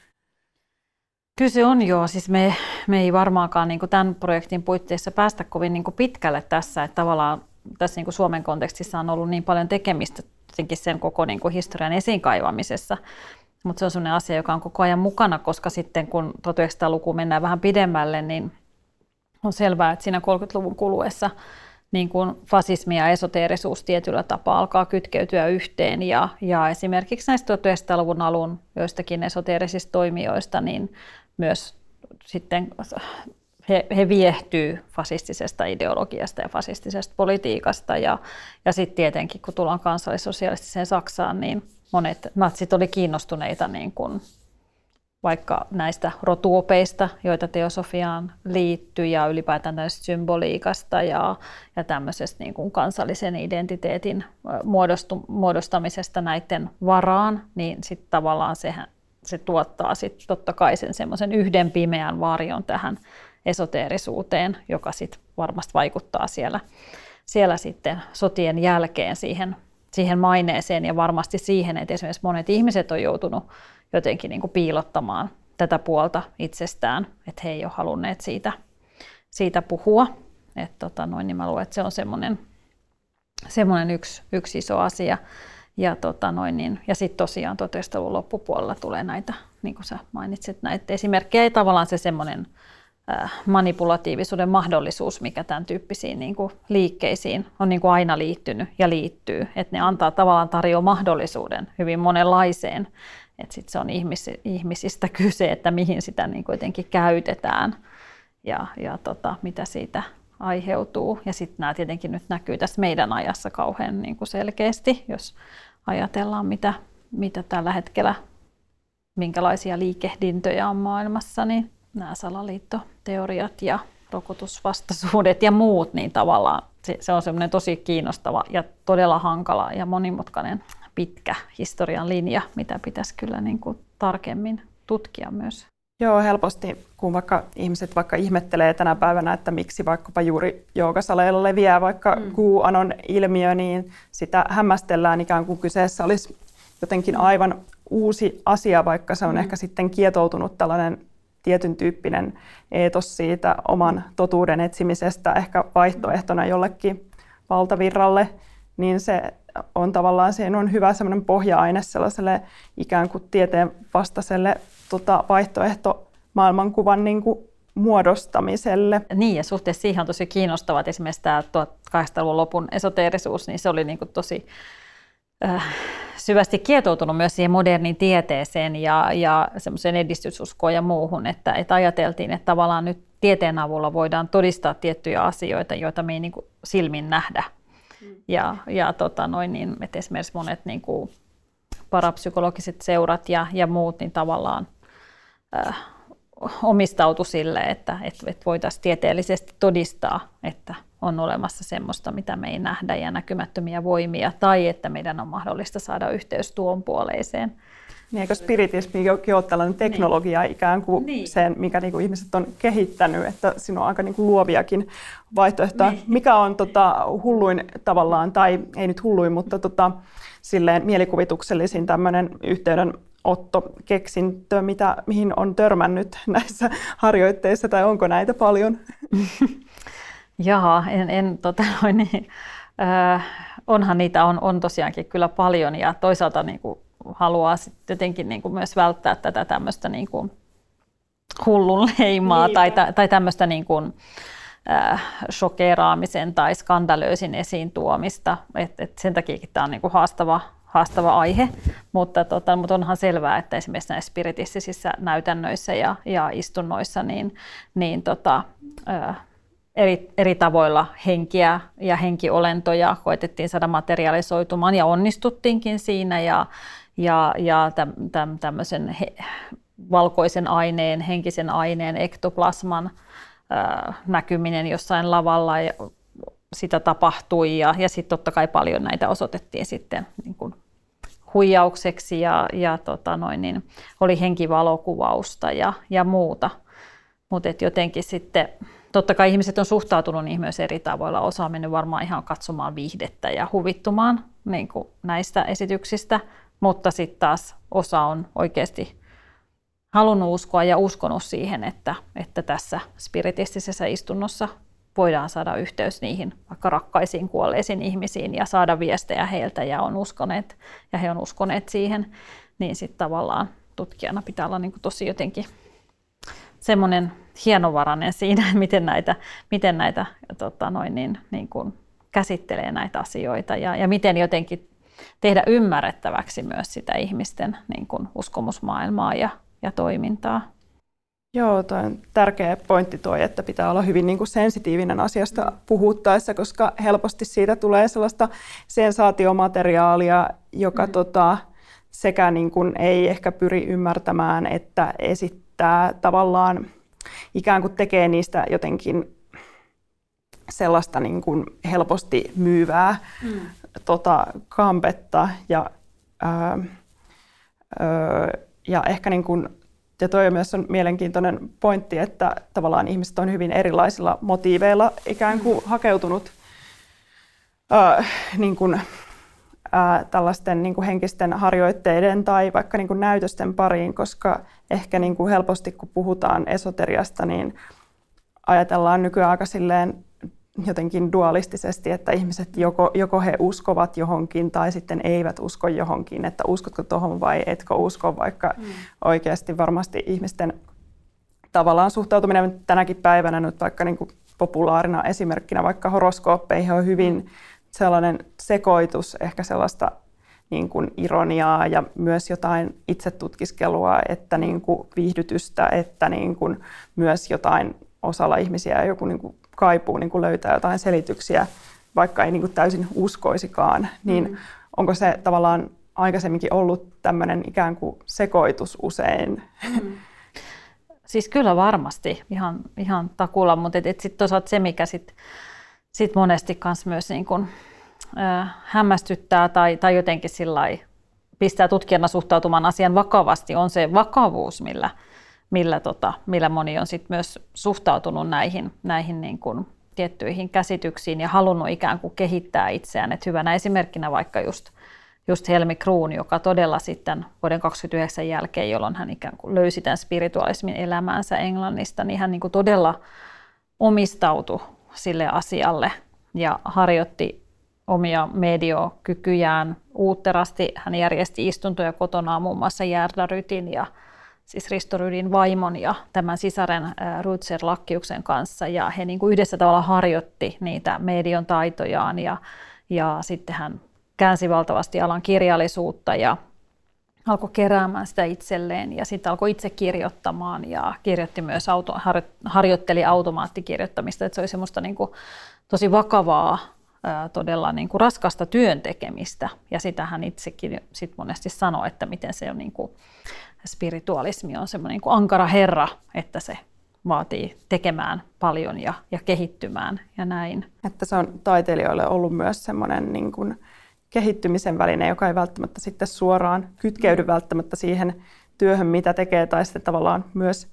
Kyllä se on joo. Siis me, me ei varmaankaan niin kuin tämän projektin puitteissa päästä kovin niin kuin pitkälle tässä, että tavallaan tässä niin kuin Suomen kontekstissa on ollut niin paljon tekemistä sen koko niin kuin historian esiin kaivamisessa. Mutta se on sellainen asia, joka on koko ajan mukana, koska sitten kun tuhatyhdeksänsataalukuun mennään vähän pidemmälle, niin on selvää, että siinä kolmekymmentäluvun kuluessa niin kun fasismi ja esoteerisuus tietyllä tapaa alkaa kytkeytyä yhteen. Ja, ja esimerkiksi näistä tuhatyhdeksänsataaluvun alun joistakin esoteerisista toimijoista, niin myös sitten he, he viehtyy fasistisesta ideologiasta ja fasistisesta politiikasta. Ja, ja sitten tietenkin, kun tullaan kansallissosialistiseen Saksaan, niin monet natsit oli kiinnostuneita niin kun vaikka näistä rotuopeista, joita teosofiaan liittyy, ja ylipäätään tästä symboliikasta ja, ja tämmöisestä niin kuin kansallisen identiteetin muodostu, muodostamisesta näiden varaan, niin sitten tavallaan sehän, se tuottaa sitten totta kai sen semmoisen yhden pimeän varjon tähän esoteerisuuteen, joka sitten varmasti vaikuttaa siellä, siellä sitten sotien jälkeen siihen, siihen maineeseen ja varmasti siihen, että esimerkiksi monet ihmiset on joutunut jotenkin niin kuin piilottamaan tätä puolta itsestään, että he ei ole halunneet siitä, siitä puhua. Et tota noin, niin mä luulen, että se on semmoinen, semmoinen yksi, yksi iso asia. Ja, tota noin, niin, ja sitten tosiaan tuhatyhdeksänsataaluvun loppupuolella tulee näitä, niin kuin sä mainitsit, näitä esimerkkejä. Ja tavallaan se semmoinen äh, manipulatiivisuuden mahdollisuus, mikä tämän tyyppisiin niin kuin liikkeisiin on niin kuin aina liittynyt ja liittyy. Että ne antaa tavallaan tarjoaa mahdollisuuden hyvin monenlaiseen. Että sitten se on ihmis, ihmisistä kyse, että mihin sitä niin kuitenkin käytetään ja, ja tota, mitä siitä aiheutuu. Ja sitten nämä tietenkin nyt näkyy tässä meidän ajassa kauhean niin kuin selkeästi, jos ajatellaan, mitä, mitä tällä hetkellä, minkälaisia liikehdintöjä on maailmassa, niin nämä salaliittoteoriat ja rokotusvastaisuudet ja muut, niin tavallaan se, se on semmoinen tosi kiinnostava ja todella hankala ja monimutkainen pitkä historian linja, mitä pitäisi kyllä niin kuin tarkemmin tutkia myös. Joo, helposti, kun vaikka ihmiset vaikka ihmettelee tänä päivänä, että miksi vaikkapa juuri joogasaleilla leviää vaikka mm. QAnon ilmiö, niin sitä hämmästellään ikään kuin kyseessä olisi jotenkin aivan uusi asia, vaikka se on mm. ehkä sitten kietoutunut tällainen tietyn tyyppinen eetos siitä oman totuuden etsimisestä, ehkä vaihtoehtona jollekin valtavirralle, niin se on tavallaan, siinä on hyvä semmoinen pohja-aine sellaiselle ikään kuin tieteen vastaiselle tota, vaihtoehtomaailmankuvan niin kuin muodostamiselle. Niin, ja suhteessa siihen on tosi kiinnostavaa, että esimerkiksi tämä tuhatkahdeksansataaluvun lopun esoteerisuus, niin se oli niin kuin tosi äh, syvästi kietoutunut myös siihen moderniin tieteeseen ja, ja semmoiseen edistysuskoon ja muuhun, että, että ajateltiin, että tavallaan nyt tieteen avulla voidaan todistaa tiettyjä asioita, joita me ei niin kuin silmin nähdä. Ja, ja tota noin, niin, että esimerkiksi monet niin kuin parapsykologiset seurat ja, ja muut niin tavallaan äh, omistautu sille, että et, et voitaisiin tieteellisesti todistaa, että on olemassa semmoista, mitä me ei nähdä ja näkymättömiä voimia, tai että meidän on mahdollista saada yhteys tuon puoleiseen. Niin, eikö spiritismi ole tällainen teknologia niin. ikään kuin niin. sen, mikä niin kuin ihmiset on kehittänyt, että siinä on aika niin kuin luoviakin vaihtoehtoja. Niin. Mikä on tota, hulluin tavallaan, tai ei nyt hulluin, mutta tota, silleen mielikuvituksellisin tämmöinen yhteydenottokeksintö, mitä, mihin on törmännyt näissä harjoitteissa, tai onko näitä paljon? Jaa, en, en tota noin, niin, äh, onhan niitä on, on tosiaankin kyllä paljon, ja toisaalta niin kuin haluaa sitten jotenkin niin kuin myös välttää tätä tämmöistä niin kuin hullun leimaa niin. tai, tai tämmöistä niin kuin, äh, shokeraamisen tai skandalöösin esiin tuomista. Et, et sen takiakin tämä on niin kuin haastava, haastava aihe, mutta, tota, mutta onhan selvää, että esimerkiksi näissä spiritistisissä näytännöissä ja, ja istunnoissa niin, niin tota, äh, eri, eri tavoilla henkiä ja henkiolentoja koetettiin saada materialisoitumaan ja onnistuttiinkin siinä ja Ja, ja täm, täm, tämmöisen he, valkoisen aineen, henkisen aineen, ektoplasman ää, näkyminen jossain lavalla, ja sitä tapahtui. Ja, ja sitten totta kai paljon näitä osoitettiin sitten niin kuin huijaukseksi ja, ja tota noin, niin oli henkivalokuvausta ja, ja muuta. Mutta jotenkin sitten totta kai ihmiset on suhtautunut niihin myös eri tavoilla. Osa on mennyt varmaan ihan katsomaan viihdettä ja huvittumaan niin kuin näistä esityksistä, mutta sitten taas osa on oikeasti halunnut uskoa ja uskonut siihen, että, että tässä spiritistisessä istunnossa voidaan saada yhteys niihin vaikka rakkaisiin kuolleisiin ihmisiin ja saada viestejä heiltä ja, on uskoneet, ja he on uskoneet siihen, niin sitten tavallaan tutkijana pitää olla niin kuin tosi jotenkin semmoinen hienovarainen siinä, miten näitä, miten näitä tota noin, niin, niin kuin käsittelee näitä asioita ja, ja miten jotenkin tehdä ymmärrettäväksi myös sitä ihmisten niin kuin uskomusmaailmaa ja, ja toimintaa. Joo, tuo on tärkeä pointti tuo, että pitää olla hyvin niin kuin sensitiivinen asiasta puhuttaessa, koska helposti siitä tulee sellaista sensaatiomateriaalia, joka mm. tota, sekä niin kuin ei ehkä pyri ymmärtämään, että esittää tavallaan ikään kuin tekee niistä jotenkin sellaista niin kuin helposti myyvää mm. tota, kampetta ja, ää, ää, ja ehkä niin kuin ja toi myös on mielenkiintoinen pointti, että tavallaan ihmiset on hyvin erilaisilla motiiveilla ikään kuin hakeutunut äh, niin kuin, äh, tällaisten niin kuin henkisten harjoitteiden tai vaikka niin kuin näytösten pariin, koska ehkä niin kuin helposti kun puhutaan esoteriasta, niin ajatellaan nykyään aika silleen jotenkin dualistisesti, että ihmiset joko, joko he uskovat johonkin tai sitten eivät usko johonkin, että uskotko tuohon vai etkö usko, vaikka mm. oikeasti varmasti ihmisten tavallaan suhtautuminen tänäkin päivänä nyt vaikka niin kuin populaarina esimerkkinä vaikka horoskooppeihin on hyvin sellainen sekoitus, ehkä sellaista niin kuin ironiaa ja myös jotain itsetutkiskelua, että niin kuin viihdytystä, että niin kuin myös jotain osalla ihmisiä joku niin kuin kaipuu niin kuin löytää jotain selityksiä, vaikka ei niin kuin täysin uskoisikaan, niin mm. onko se tavallaan aikaisemminkin ollut tämmöinen ikään kuin sekoitus usein? Mm. Siis kyllä varmasti, ihan, ihan takulla, mutta et, et sitten toisaalta se, mikä sit, sit monesti kans myös niin kun, äh, hämmästyttää tai, tai jotenkin sillai pistää tutkijana suhtautumaan asian vakavasti, on se vakavuus, millä Millä, tota, millä moni on sit myös suhtautunut näihin, näihin niin kuin tiettyihin käsityksiin ja halunnut ikään kuin kehittää itseään. Et hyvänä esimerkkinä vaikka just, just Helmi Kruun, joka todella sitten vuoden kaksikymmentäyhdeksän jälkeen, jolloin hän ikään kuin löysi tämän spiritualismin elämäänsä Englannista, niin hän niin kuin todella omistautui sille asialle ja harjoitti omia mediokykyjään uutterasti. Hän järjesti istuntoja kotonaan muun muassa Gerda Rytin ja siis Risto Rydin vaimon ja tämän sisaren Rutger Lakkiuksen kanssa, ja he niin kuin yhdessä tavalla harjoitti niitä medion taitojaan, ja, ja sitten hän käänsi valtavasti alan kirjallisuutta ja alkoi keräämään sitä itselleen, ja sitten alkoi itse kirjoittamaan, ja kirjoitti myös, auto, har, harjoitteli automaattikirjoittamista, että se oli semmoista niin kuin tosi vakavaa, todella niin kuin raskasta työn tekemistä, ja sitä hän itsekin sit monesti sanoi, että miten se on niin kuin spiritualismi on semmoinen niin kuin ankara herra, että se vaatii tekemään paljon ja, ja kehittymään ja näin. Että se on taiteilijoille ollut myös semmoinen niin kuin kehittymisen väline, joka ei välttämättä sitten suoraan kytkeydy välttämättä siihen työhön, mitä tekee, tai sitten tavallaan myös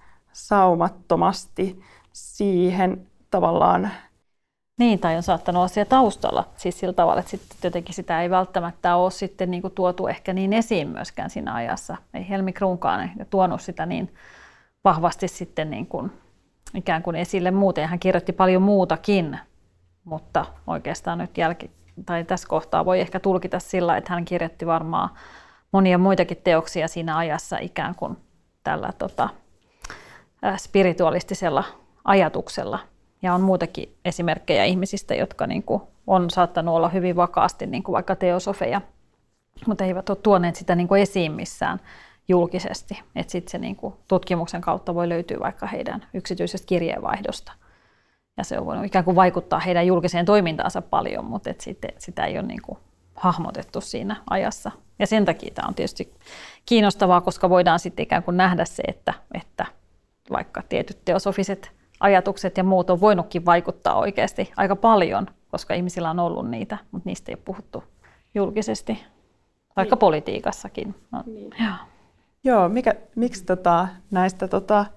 saumattomasti siihen tavallaan. Niin, tai on saattanut olla siellä taustalla, siis sillä tavalla, että sitten jotenkin sitä ei välttämättä ole sitten niin kuin tuotu ehkä niin esiin myöskään siinä ajassa. Ei Helmi Kruunkaan tuonut sitä niin vahvasti sitten niin kuin ikään kuin esille muuten. Hän kirjoitti paljon muutakin, mutta oikeastaan nyt jälki, tai tässä kohtaa voi ehkä tulkita sillä, että hän kirjoitti varmaan monia muitakin teoksia siinä ajassa ikään kuin tällä tota, spiritualistisella ajatuksella. Ja on muutakin esimerkkejä ihmisistä, jotka niin kuin on saattanut olla hyvin vakaasti niin kuin vaikka teosofeja, mutta eivät ole tuoneet sitä niin kuin esiin missään julkisesti. Että sitten se niin kuin tutkimuksen kautta voi löytyä vaikka heidän yksityisestä kirjeenvaihdosta. Ja se on voinut ikään kuin vaikuttaa heidän julkiseen toimintaansa paljon, mutta et sitten, sitä ei ole niin kuin hahmotettu siinä ajassa. Ja sen takia tämä on tietysti kiinnostavaa, koska voidaan sitten ikään kuin nähdä se, että, että vaikka tietyt teosofiset ajatukset ja muut on voinutkin vaikuttaa oikeasti aika paljon, koska ihmisillä on ollut niitä, mutta niistä ei ole puhuttu julkisesti, vaikka niin. Politiikassakin. No, niin. Joo, Joo mikä, miksi tota, näistä tota,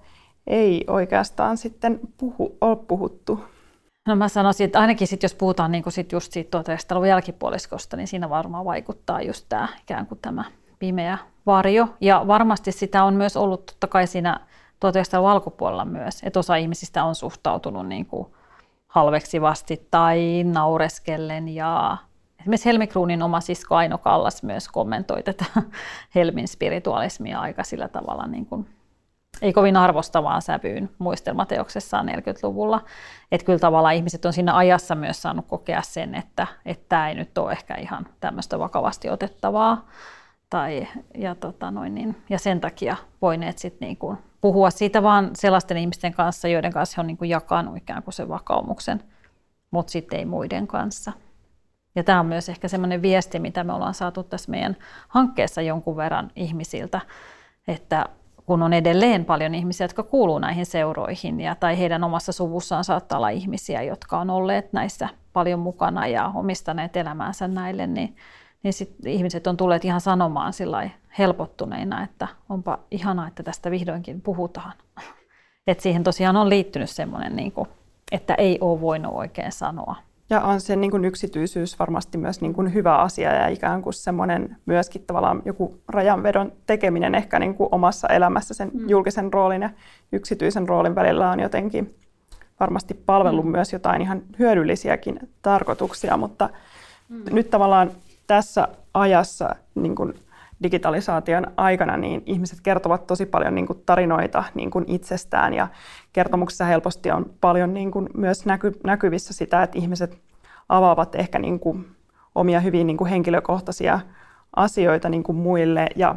ei oikeastaan sitten puhu, ole puhuttu. No mä sanoisin, että ainakin sit, jos puhutaan niin sit just siitä tuhatyhdeksänsataaluvun jälkipuoliskosta, niin siinä varmaan vaikuttaa just tämä ikään kuin tämä pimeä varjo. Ja varmasti sitä on myös ollut totta kai siinä tuhatyhdeksänsataaluvun alkupuolella myös, että osa ihmisistä on suhtautunut niin kuin halveksivasti tai naureskellen. Ja esimerkiksi Helmi Kruunin oma sisko Aino Kallas myös kommentoi tätä Helmin spiritualismia aika sillä tavalla niin kuin ei kovin arvostavaan sävyyn muistelmateoksessaan neljäkymmentäluvulla. Että kyllä tavallaan ihmiset on siinä ajassa myös saanut kokea sen, että tämä ei nyt ole ehkä ihan tämmöistä vakavasti otettavaa. Tai, ja, tota noin, niin, ja sen takia voineet sit niin kuin puhua siitä vaan sellaisten ihmisten kanssa, joiden kanssa he on niin kuin jakanut ikään kuin sen vakaumuksen, mutta sitten ei muiden kanssa. Ja tämä on myös ehkä semmoinen viesti, mitä me ollaan saatu tässä meidän hankkeessa jonkun verran ihmisiltä, että kun on edelleen paljon ihmisiä, jotka kuuluu näihin seuroihin, ja, tai heidän omassa suvussaan saattaa olla ihmisiä, jotka on olleet näissä paljon mukana ja omistaneet elämäänsä näille, niin, niin sit ihmiset on tulleet ihan sanomaan sillai helpottuneina, että onpa ihanaa, että tästä vihdoinkin puhutaan. Et siihen tosiaan on liittynyt semmoinen, niin kuin, että ei ole voinut oikein sanoa. Ja on se niin kuin yksityisyys varmasti myös niin kuin hyvä asia ja ikään kuin semmoinen myöskin tavallaan joku rajanvedon tekeminen ehkä niin kuin omassa elämässä sen mm. julkisen roolin ja yksityisen roolin välillä on jotenkin varmasti palvellut mm. myös jotain ihan hyödyllisiäkin tarkoituksia, mutta mm. nyt tavallaan tässä ajassa niin kuin digitalisaation aikana niin ihmiset kertovat tosi paljon niin kuin tarinoita niin kuin itsestään ja kertomuksessa helposti on paljon niin kuin myös näky, näkyvissä sitä, että ihmiset avaavat ehkä niin kuin omia hyvin niin kuin henkilökohtaisia asioita niin kuin muille ja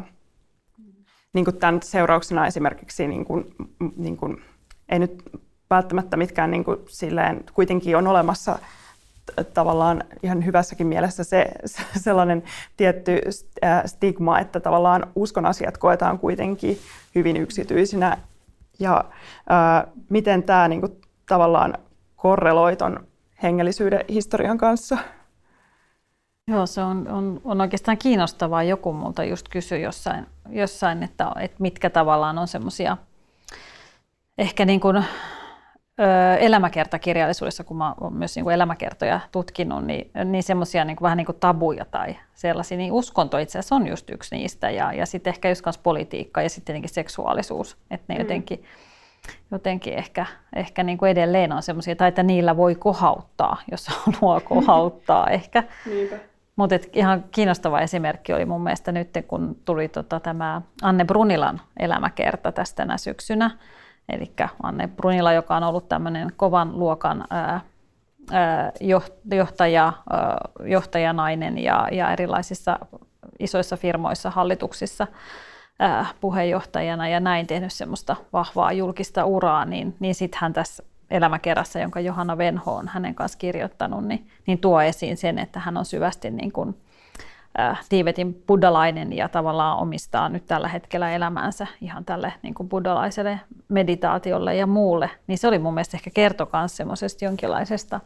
niin kuin tämän seurauksena esimerkiksi niin kuin, niin kuin, ei nyt välttämättä mitkään niin kuin silleen, kuitenkin on olemassa tavallaan ihan hyvässäkin mielessä se, se sellainen tietty stigma, että tavallaan uskon asiat koetaan kuitenkin hyvin yksityisinä. Ja ää, miten tämä niin kuin, tavallaan korreloi ton hengellisyyden historian kanssa? Joo, se on, on, on oikeastaan kiinnostavaa. Joku multa just kysyi jossain, jossain että, että mitkä tavallaan on semmoisia ehkä niin kuin elämäkertakirjallisuudessa, kun mä oon myös niin kuin elämäkertoja tutkinut, niin, niin semmoisia niin kuin, vähän niin kuin tabuja tai sellaisia, niin uskonto itse asiassa on just yksi niistä, ja, ja sitten ehkä just myös politiikka ja sitten tietenkin seksuaalisuus, että ne mm. jotenkin, jotenkin ehkä, ehkä niin kuin edelleen on semmoisia, tai että niillä voi kohauttaa, jos haluaa kohauttaa ehkä. Mutta ihan kiinnostava esimerkki oli mun mielestä nyt, kun tuli tota, tämä Anne Brunilan elämäkerta tästä tänä syksynä. Eli Anne Brunila, joka on ollut tämmöinen kovan luokan ää, ää, johtaja, ää, johtajanainen ja, ja erilaisissa isoissa firmoissa, hallituksissa ää, puheenjohtajana ja näin tehnyt semmoista vahvaa julkista uraa, niin, niin sitten hän tässä elämäkerrassa, jonka Johanna Venho on hänen kanssa kirjoittanut, niin, niin tuo esiin sen, että hän on syvästi niin kuin Tiibetin buddhalainen ja tavallaan omistaa nyt tällä hetkellä elämäänsä ihan tälle niin kuin buddhalaiselle meditaatiolle ja muulle, niin se oli mun mielestä ehkä kertoi myös semmoisesta jonkinlaisesta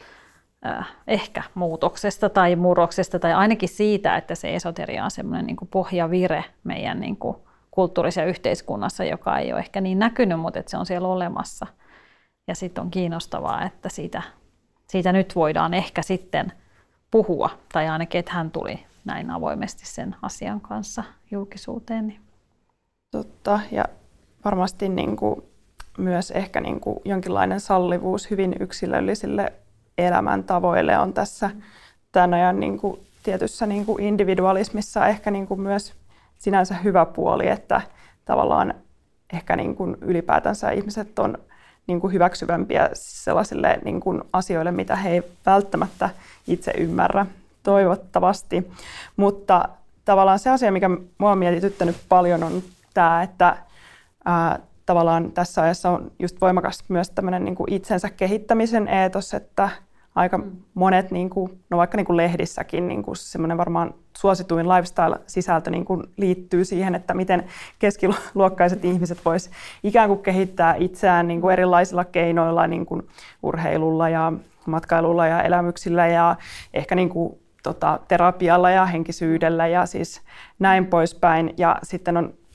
äh, ehkä muutoksesta tai murroksesta tai ainakin siitä, että se esoteria on semmoinen niin kuin pohjavire meidän niin kuin kulttuurisessa yhteiskunnassa, joka ei ole ehkä niin näkynyt, mutta että se on siellä olemassa. Ja sitten on kiinnostavaa, että siitä, siitä nyt voidaan ehkä sitten puhua, tai ainakin, että hän tuli näin avoimesti sen asian kanssa julkisuuteen. Niin. Totta, ja varmasti niin kuin myös ehkä niin kuin jonkinlainen sallivuus hyvin yksilöllisille elämäntavoille on tässä mm. tämän ajan niin kuin tietyssä niin kuin individualismissa ehkä niin kuin myös sinänsä hyvä puoli, että tavallaan ehkä niin kuin ylipäätänsä ihmiset on niin kuin hyväksyvämpiä sellaisille niin kuin asioille, mitä he ei välttämättä itse ymmärrä, toivottavasti. Mutta tavallaan se asia, mikä minua on mietityttänyt paljon, on tämä, että ää, tavallaan tässä ajassa on just voimakas myös tämmöinen niin kuin itsensä kehittämisen eetos, että aika mm. monet, niin kuin, no vaikka niin kuin lehdissäkin, niin kuin semmoinen varmaan suosituin lifestyle-sisältö niin kuin liittyy siihen, että miten keskiluokkaiset ihmiset vois ikään kuin kehittää itseään niin kuin erilaisilla keinoilla, niin kuin urheilulla ja matkailulla ja elämyksillä ja ehkä niin kuin, tota, terapialla ja henkisyydellä ja siis näin poispäin. Ja sitten on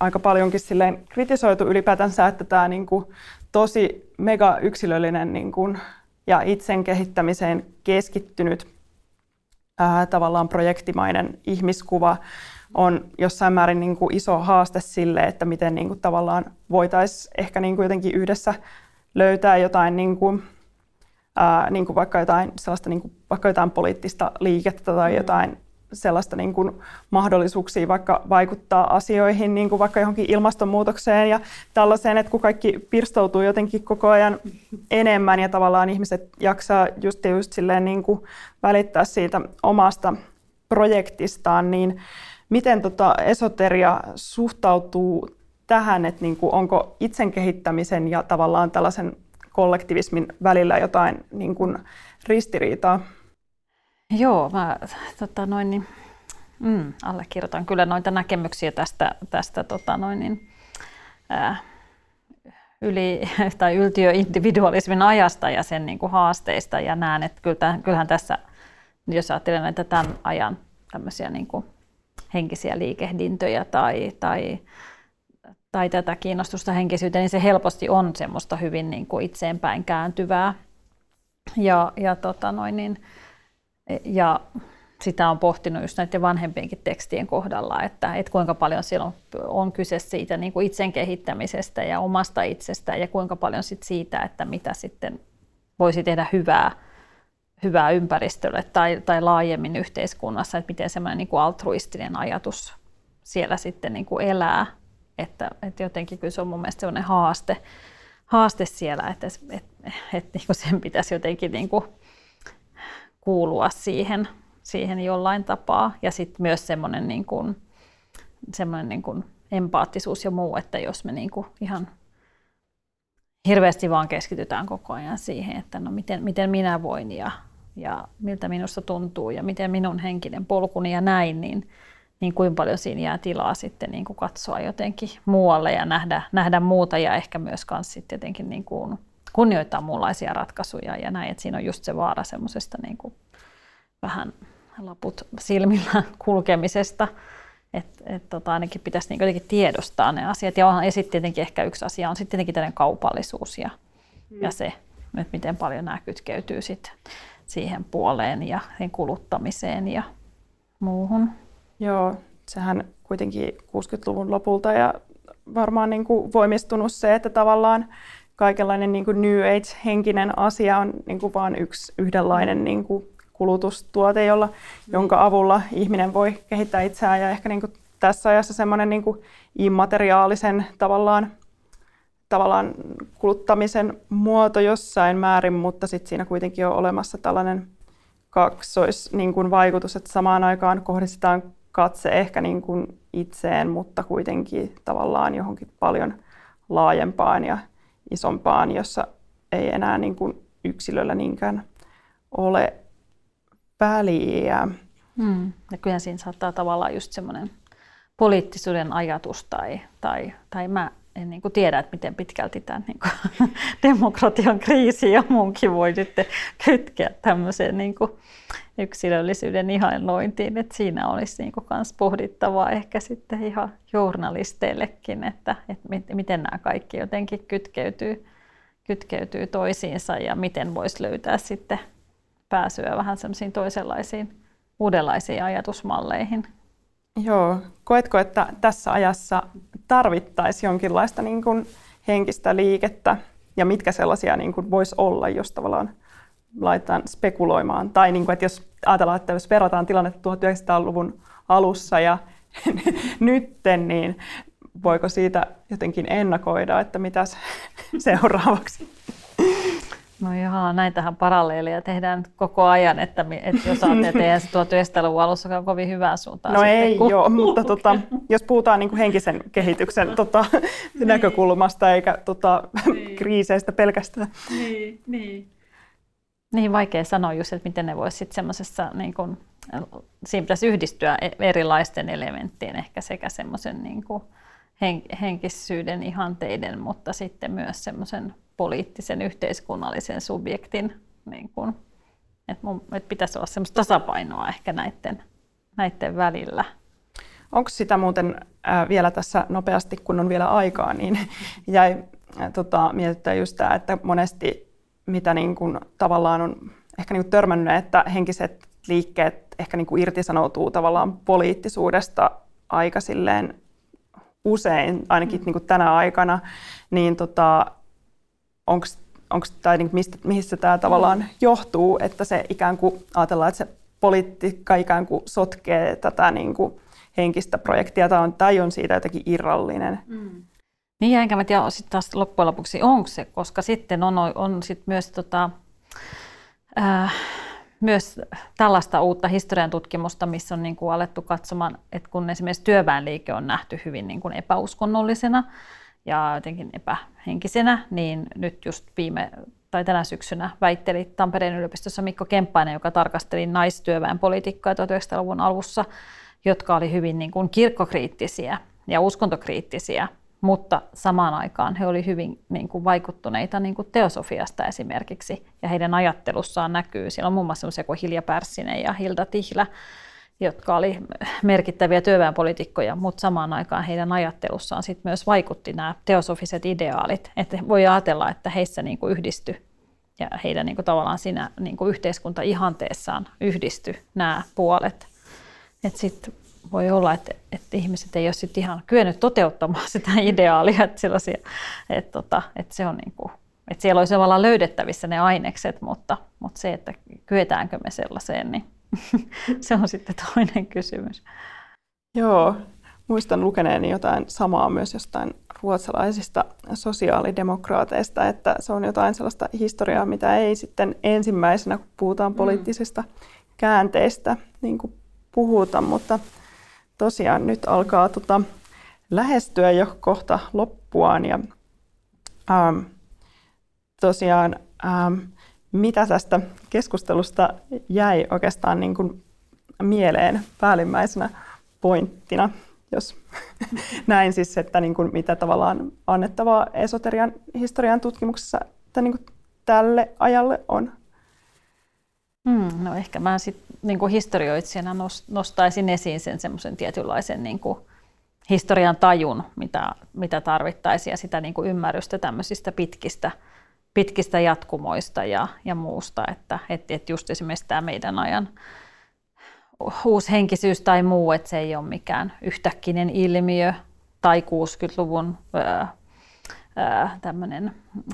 aika paljonkin silleen kritisoitu ylipäätänsä, että tämä niin kuin tosi mega yksilöllinen niin kuin ja itsen kehittämiseen keskittynyt ää, tavallaan projektimainen ihmiskuva on jossain määrin niin kuin iso haaste sille, että miten niin kuin tavallaan voitaisiin ehkä niin kuin jotenkin yhdessä löytää jotain, niin kuin, ää, niin kuin vaikka, jotain sellaista, niin kuin, vaikka jotain poliittista liikettä tai jotain sellaista niin kuin mahdollisuuksia vaikka vaikuttaa asioihin, niin kuin vaikka johonkin ilmastonmuutokseen ja tällaiseen, että kun kaikki pirstoutuu jotenkin koko ajan enemmän ja tavallaan ihmiset jaksaa just, just silleen niin kuin välittää siitä omasta projektistaan, niin miten tota esoteria suhtautuu tähän, että niin kuin onko itsen kehittämisen ja tavallaan tällaisen kollektivismin välillä jotain niin kuin ristiriitaa? Joo, mä tota noin, niin, mm, allekirjoitan kyllä noita näkemyksiä tästä, tästä tota noin, niin, ää, yli, tai yltiöindividualismin ajasta ja sen niin kuin haasteista ja näen, että kyllähän tässä, jos ajattelen näitä tämän ajan tämmöisiä niin kuin henkisiä liikehdintöjä tai, tai, tai tätä kiinnostusta henkisyyteen, niin se helposti on semmoista hyvin niin kuin itseenpäin kääntyvää ja, ja tota noin, niin, ja sitä on pohtinut just näiden vanhempienkin tekstien kohdalla, että, että kuinka paljon siellä on, on kyse siitä niin kuin itsen kehittämisestä ja omasta itsestä ja kuinka paljon sit siitä, että mitä sitten voisi tehdä hyvää, hyvää ympäristölle tai, tai laajemmin yhteiskunnassa, että miten semmoinen niin kuin altruistinen ajatus siellä sitten niin kuin elää. Että, että jotenkin kyllä se on mun mielestä sellainen haaste, haaste siellä, että, että, että niin kuin sen pitäisi jotenkin niin kuin kuulua siihen, siihen jollain tapaa. Ja sitten myös semmoinen, niin kuin, semmoinen niin kuin empaattisuus ja muu, että jos me niin kuin ihan hirveästi vaan keskitytään koko ajan siihen, että no miten, miten minä voin ja, ja miltä minusta tuntuu ja miten minun henkinen polkuni ja näin, niin, niin kuinka paljon siinä jää tilaa sitten niin kuin katsoa jotenkin muualle ja nähdä, nähdä muuta ja ehkä myös kans sitten jotenkin niin kuin kunnioittaa muunlaisia ratkaisuja ja näin, että siinä on just se vaara semmoisesta niin kuin vähän laput silmillä kulkemisesta, että et tota ainakin pitäisi niin jotenkin tiedostaa ne asiat. Ja, ja sitten tietenkin ehkä yksi asia on sitten tietenkin tällainen kaupallisuus ja, mm. ja se, että miten paljon nämä kytkeytyy sit siihen puoleen ja sen kuluttamiseen ja muuhun. Joo, sehän kuitenkin kuusikymmentäluvun lopulta ja varmaan niin kuin voimistunut se, että tavallaan kaikenlainen niin kuin New Age-henkinen asia on niin kuin vain yksi yhdenlainen niin kuin kulutustuote, jolla, jonka avulla ihminen voi kehittää itseään. Ja ehkä niin kuin tässä ajassa semmoinen niin kuin immateriaalisen tavallaan, tavallaan kuluttamisen muoto jossain määrin, mutta sitten siinä kuitenkin on olemassa tällainen kaksois niin kuin vaikutus, että samaan aikaan kohdistetaan katse ehkä niin kuin itseen, mutta kuitenkin tavallaan johonkin paljon laajempaan ja isompaan, jossa ei enää niin kuin yksilöllä niinkään ole väliä. Hmm. Ja kyllä siinä saattaa tavallaan just semmoinen poliittisuuden ajatus tai, tai, tai mä en niin kuin tiedä, että miten pitkälti tämän niin kuin demokratian kriisi ja muunkin voi sitten kytkeä tämmöiseen niin kuin yksilöllisyyden ihannointiin, että siinä olisi niin kuin kans pohdittavaa ehkä sitten ihan journalisteillekin, että, että miten nämä kaikki jotenkin kytkeytyy, kytkeytyy toisiinsa ja miten voisi löytää sitten pääsyä vähän semmoisiin toisenlaisiin, uudenlaisiin ajatusmalleihin. Joo. Koetko, että tässä ajassa tarvittaisiin jonkinlaista niin kuin henkistä liikettä ja mitkä sellaisia niin kuin voisi olla, jos tavallaan laitetaan spekuloimaan? Tai niin kuin, että jos ajatellaan, että jos verrataan tilannetta tuhatyhdeksänsataaluvun alussa ja nytten, niin voiko siitä jotenkin ennakoida, että mitäs seuraavaksi? No joo, näitähän paralleeleja tehdään koko ajan, että, että jos ajattelee, että eihän se tuhatyhdeksänsataaluvun alussa on kovin hyvää suuntaan. No ei kun... joo, mutta tota, jos puhutaan niin kuin henkisen kehityksen tota, niin. näkökulmasta eikä tota, niin. kriiseistä pelkästään. Niin, niin. Niin vaikea sanoa just, että miten ne voisi sitten semmoisessa, niin kuin, siinä pitäisi yhdistyä erilaisten elementtien, ehkä sekä semmoisen niin kuin henkisyyden ihanteiden, mutta sitten myös semmoisen poliittisen yhteiskunnallisen subjektin, niin kuin, että, mun, että pitäisi olla semmoista tasapainoa ehkä näiden, näiden välillä. onko sitä muuten ää, vielä tässä nopeasti, kun on vielä aikaa, niin jäi ää, tota, mietittää just tämä, että monesti mitä niin kuin, tavallaan on ehkä niin kuin törmännyt, että henkiset liikkeet ehkä niin kuin irtisanoutuu tavallaan poliittisuudesta aika silleen usein, ainakin niin kuin tänä aikana, niin tota, onko Onko tämä, niin mistä, missä tämä tavallaan johtuu, että se ikään kuin ajatellaan, että se politiikka ikään kuin sotkee tätä niin kuin henkistä projektia tai on, tai on siitä jotenkin irrallinen. Mm. Niin, enkä mä tiedä sit taas loppujen lopuksi onko se, koska sitten on, on sit myös, tota, äh, myös tällaista uutta historian tutkimusta, missä on niin kuin alettu katsomaan, että kun esimerkiksi työväenliike on nähty hyvin niin kuin epäuskonnollisena, ja jotenkin epähenkisenä, niin nyt just viime tai tänä syksynä väitteli Tampereen yliopistossa Mikko Kemppainen, joka tarkasteli naistyöväenpolitiikkaa tuhatyhdeksänsataaluvun alussa, jotka oli hyvin niin kuin kirkkokriittisiä ja uskontokriittisiä, mutta samaan aikaan he olivat hyvin niin kuin vaikuttuneita niin kuin teosofiasta esimerkiksi, ja heidän ajattelussaan näkyy. Siellä on muun muassa sellaisia kuin Hilja Pärssinen ja Hilda Tihlä, jotka oli merkittäviä työväenpoliitikkoja, mutta samaan aikaan heidän ajattelussaan sit myös vaikutti nämä teosofiset ideaalit. Että voi ajatella, että heissä niinku yhdistyi ja heidän niinku tavallaan siinä niinku yhteiskuntaihanteessaan yhdistyi nämä puolet. Että sitten voi olla, että, että ihmiset ei ole sit ihan kyennyt toteuttamaan sitä ideaalia, että, että, tota, että, se on niinku, että siellä olisi tavallaan löydettävissä ne ainekset, mutta, mutta se, että kyetäänkö me sellaiseen, niin se on sitten toinen kysymys. Joo, muistan lukeneeni jotain samaa myös jostain ruotsalaisista sosiaalidemokraateista, että se on jotain sellaista historiaa, mitä ei sitten ensimmäisenä, kun puhutaan poliittisista mm. käänteistä, niin kuin puhuta, mutta tosiaan nyt alkaa tota, lähestyä jo kohta loppuaan ja ähm, tosiaan ähm, mitä tästä keskustelusta jäi oikeastaan niin kuin mieleen päällimmäisenä pointtina, jos näin siis, että niin kuin mitä tavallaan annettavaa esoterian historian tutkimuksessa että niin kuin tälle ajalle on? Hmm, no ehkä mä sit, niin kuin historioitsijana nostaisin esiin sen semmoisen tietynlaisen niin kuin historian tajun, mitä, mitä tarvittaisiin, ja sitä niin kuin ymmärrystä tämmöisistä pitkistä pitkistä jatkumoista ja, ja muusta, että et, et just esimerkiksi tämä meidän ajan uushenkisyys tai muu, että se ei ole mikään yhtäkkinen ilmiö tai kuusikymmentäluvun ää, ää, tämmöinen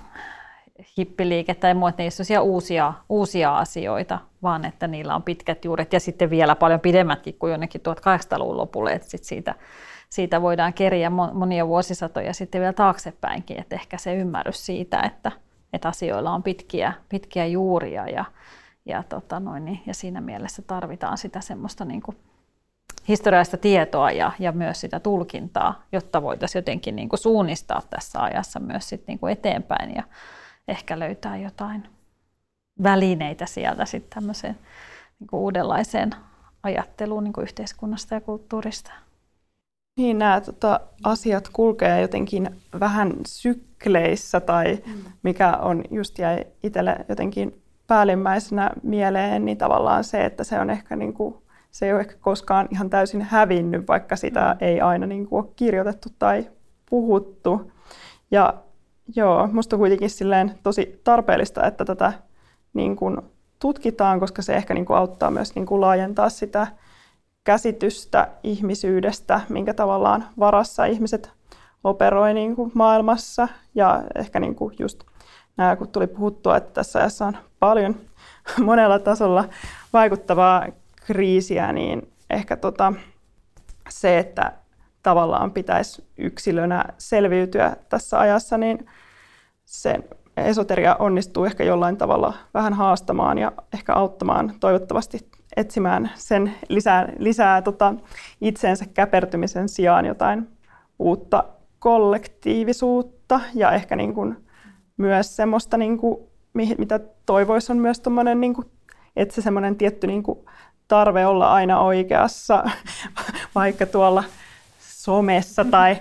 hippiliike tai muu, että niissä on uusia, uusia asioita, vaan että niillä on pitkät juuret ja sitten vielä paljon pidemmätkin kuin jonnekin tuhatkahdeksansataaluvun lopulle, että sit siitä, siitä voidaan keriä monia vuosisatoja sitten vielä taaksepäinkin, että ehkä se ymmärrys siitä, että että asioilla on pitkiä, pitkiä juuria ja, ja, tota noin, ja siinä mielessä tarvitaan sitä semmoista niin kuin historiallista tietoa ja, ja myös sitä tulkintaa, jotta voitaisiin jotenkin niin kuin suunnistaa tässä ajassa myös sit niin kuin eteenpäin ja ehkä löytää jotain välineitä sieltä sitten tämmöiseen niin kuin uudenlaiseen ajatteluun niin kuin yhteiskunnasta ja kulttuurista. Niin, nämä tota, asiat kulkee jotenkin vähän sykleissä tai mm. mikä on just jäi itselle jotenkin päällimmäisenä mieleen, niin tavallaan se, että se on ehkä niin kuin, se ei ole ehkä koskaan ihan täysin hävinnyt, vaikka sitä mm. ei aina niin kuin ole kirjoitettu tai puhuttu. Ja joo, musta on kuitenkin silleen tosi tarpeellista, että tätä niin kuin tutkitaan, koska se ehkä niin kuin auttaa myös niin kuin laajentaa sitä käsitystä ihmisyydestä, minkä tavallaan varassa ihmiset operoi niin kuin maailmassa. Ja ehkä niin kuin just nämä, kun tuli puhuttua, että tässä ajassa on paljon monella tasolla vaikuttavaa kriisiä, niin ehkä tota, se, että tavallaan pitäisi yksilönä selviytyä tässä ajassa, niin sen esoteria onnistuu ehkä jollain tavalla vähän haastamaan ja ehkä auttamaan toivottavasti etsimään sen lisää, lisää tota, itseensä käpertymisen sijaan jotain uutta kollektiivisuutta ja ehkä niin kuin myös semmoista, niin kuin, mitä toivoisi on myös tommoinen, niin kuin, että se semmoinen tietty niin kuin tarve olla aina oikeassa, vaikka tuolla somessa tai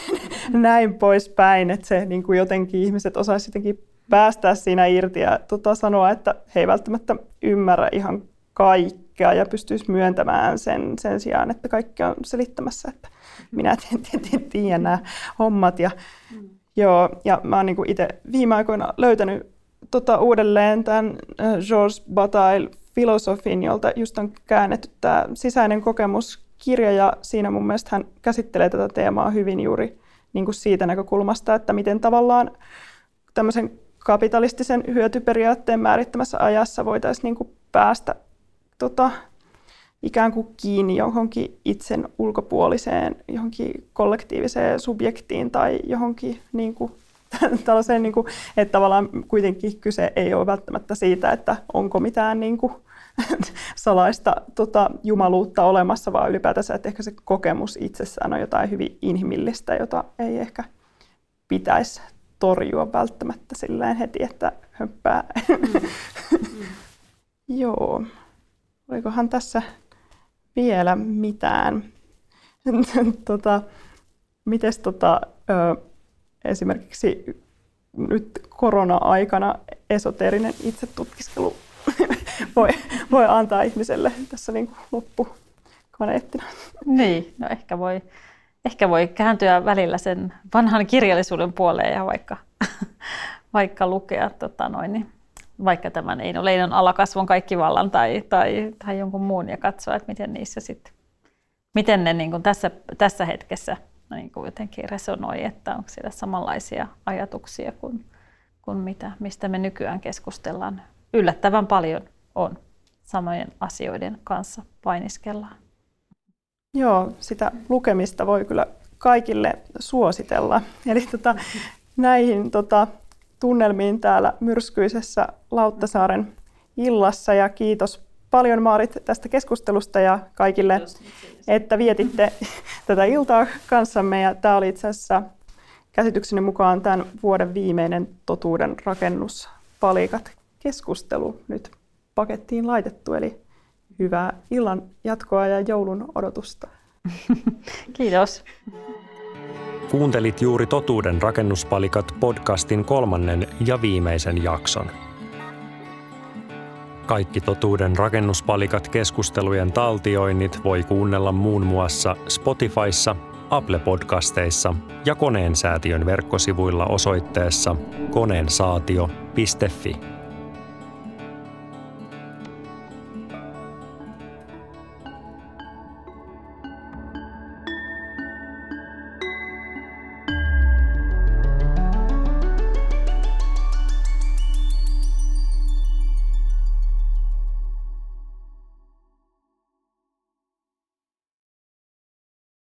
näin poispäin, että se niin kuin jotenkin ihmiset osaisivat jotenkin päästää siinä irti ja tota, sanoa, että he ei välttämättä ymmärrä ihan kaikkea. kaikkea ja pystyisi myöntämään sen, sen sijaan, että kaikki on selittämässä, että minä tiedän nämä hommat. Ja, mm. joo, ja mä oon niin itse viime aikoina löytänyt tota, uudelleen tämän Georges Bataille filosofin, jolta just on käännetty tämä sisäinen kokemuskirja, ja siinä mun mielestä hän käsittelee tätä teemaa hyvin juuri niin kuin siitä näkökulmasta, että miten tavallaan tämmöisen kapitalistisen hyötyperiaatteen määrittämässä ajassa voitaisiin niin kuin päästä tota, ikään kuin kiinni johonkin itsen ulkopuoliseen, johonkin kollektiiviseen subjektiin tai johonkin niin kuin, tällaiseen, niin kuin, että tavallaan kuitenkin kyse ei ole välttämättä siitä, että onko mitään niin kuin, salaista tota, jumaluutta olemassa, vaan ylipäätänsä, että ehkä se kokemus itsessään on jotain hyvin inhimillistä, jota ei ehkä pitäisi torjua välttämättä silleen heti, että höppää. Mm. Mm. Joo. Olikohan tässä vielä mitään? tota, mites tota, ö, esimerkiksi nyt korona-aikana esoteerinen itsetutkiskelu voi, voi antaa ihmiselle tässä niin kuin loppukaneettina? Niin, no ehkä voi, ehkä voi kääntyä välillä sen vanhan kirjallisuuden puoleen ja vaikka, vaikka lukea tota noin, niin vaikka tämän Eino Leinon Alakasvon kaikkivallan tai, tai, tai jonkun muun ja katsoa, että miten niissä sitten, miten ne niin kuin tässä, tässä hetkessä niin kuin jotenkin resonoi, että onko siellä samanlaisia ajatuksia kuin, kuin mitä, mistä me nykyään keskustellaan. Yllättävän paljon on samojen asioiden kanssa painiskellaan. Joo, sitä lukemista voi kyllä kaikille suositella. Eli tota, näihin tota, tunnelmiin täällä myrskyisessä Lauttasaaren illassa ja kiitos paljon Maarit tästä keskustelusta ja kaikille, että vietitte tätä iltaa kanssamme. Ja tämä oli itse asiassa käsitykseni mukaan tämän vuoden viimeinen totuuden rakennuspalikat keskustelu nyt pakettiin laitettu. Eli hyvää illan jatkoa ja joulun odotusta. Kiitos. Kuuntelit juuri Totuuden rakennuspalikat podcastin kolmannen ja viimeisen jakson. Kaikki Totuuden rakennuspalikat keskustelujen taltioinnit voi kuunnella muun muassa Spotifyssa, Apple-podcasteissa ja Koneen säätiön verkkosivuilla osoitteessa koneensaatio piste fi.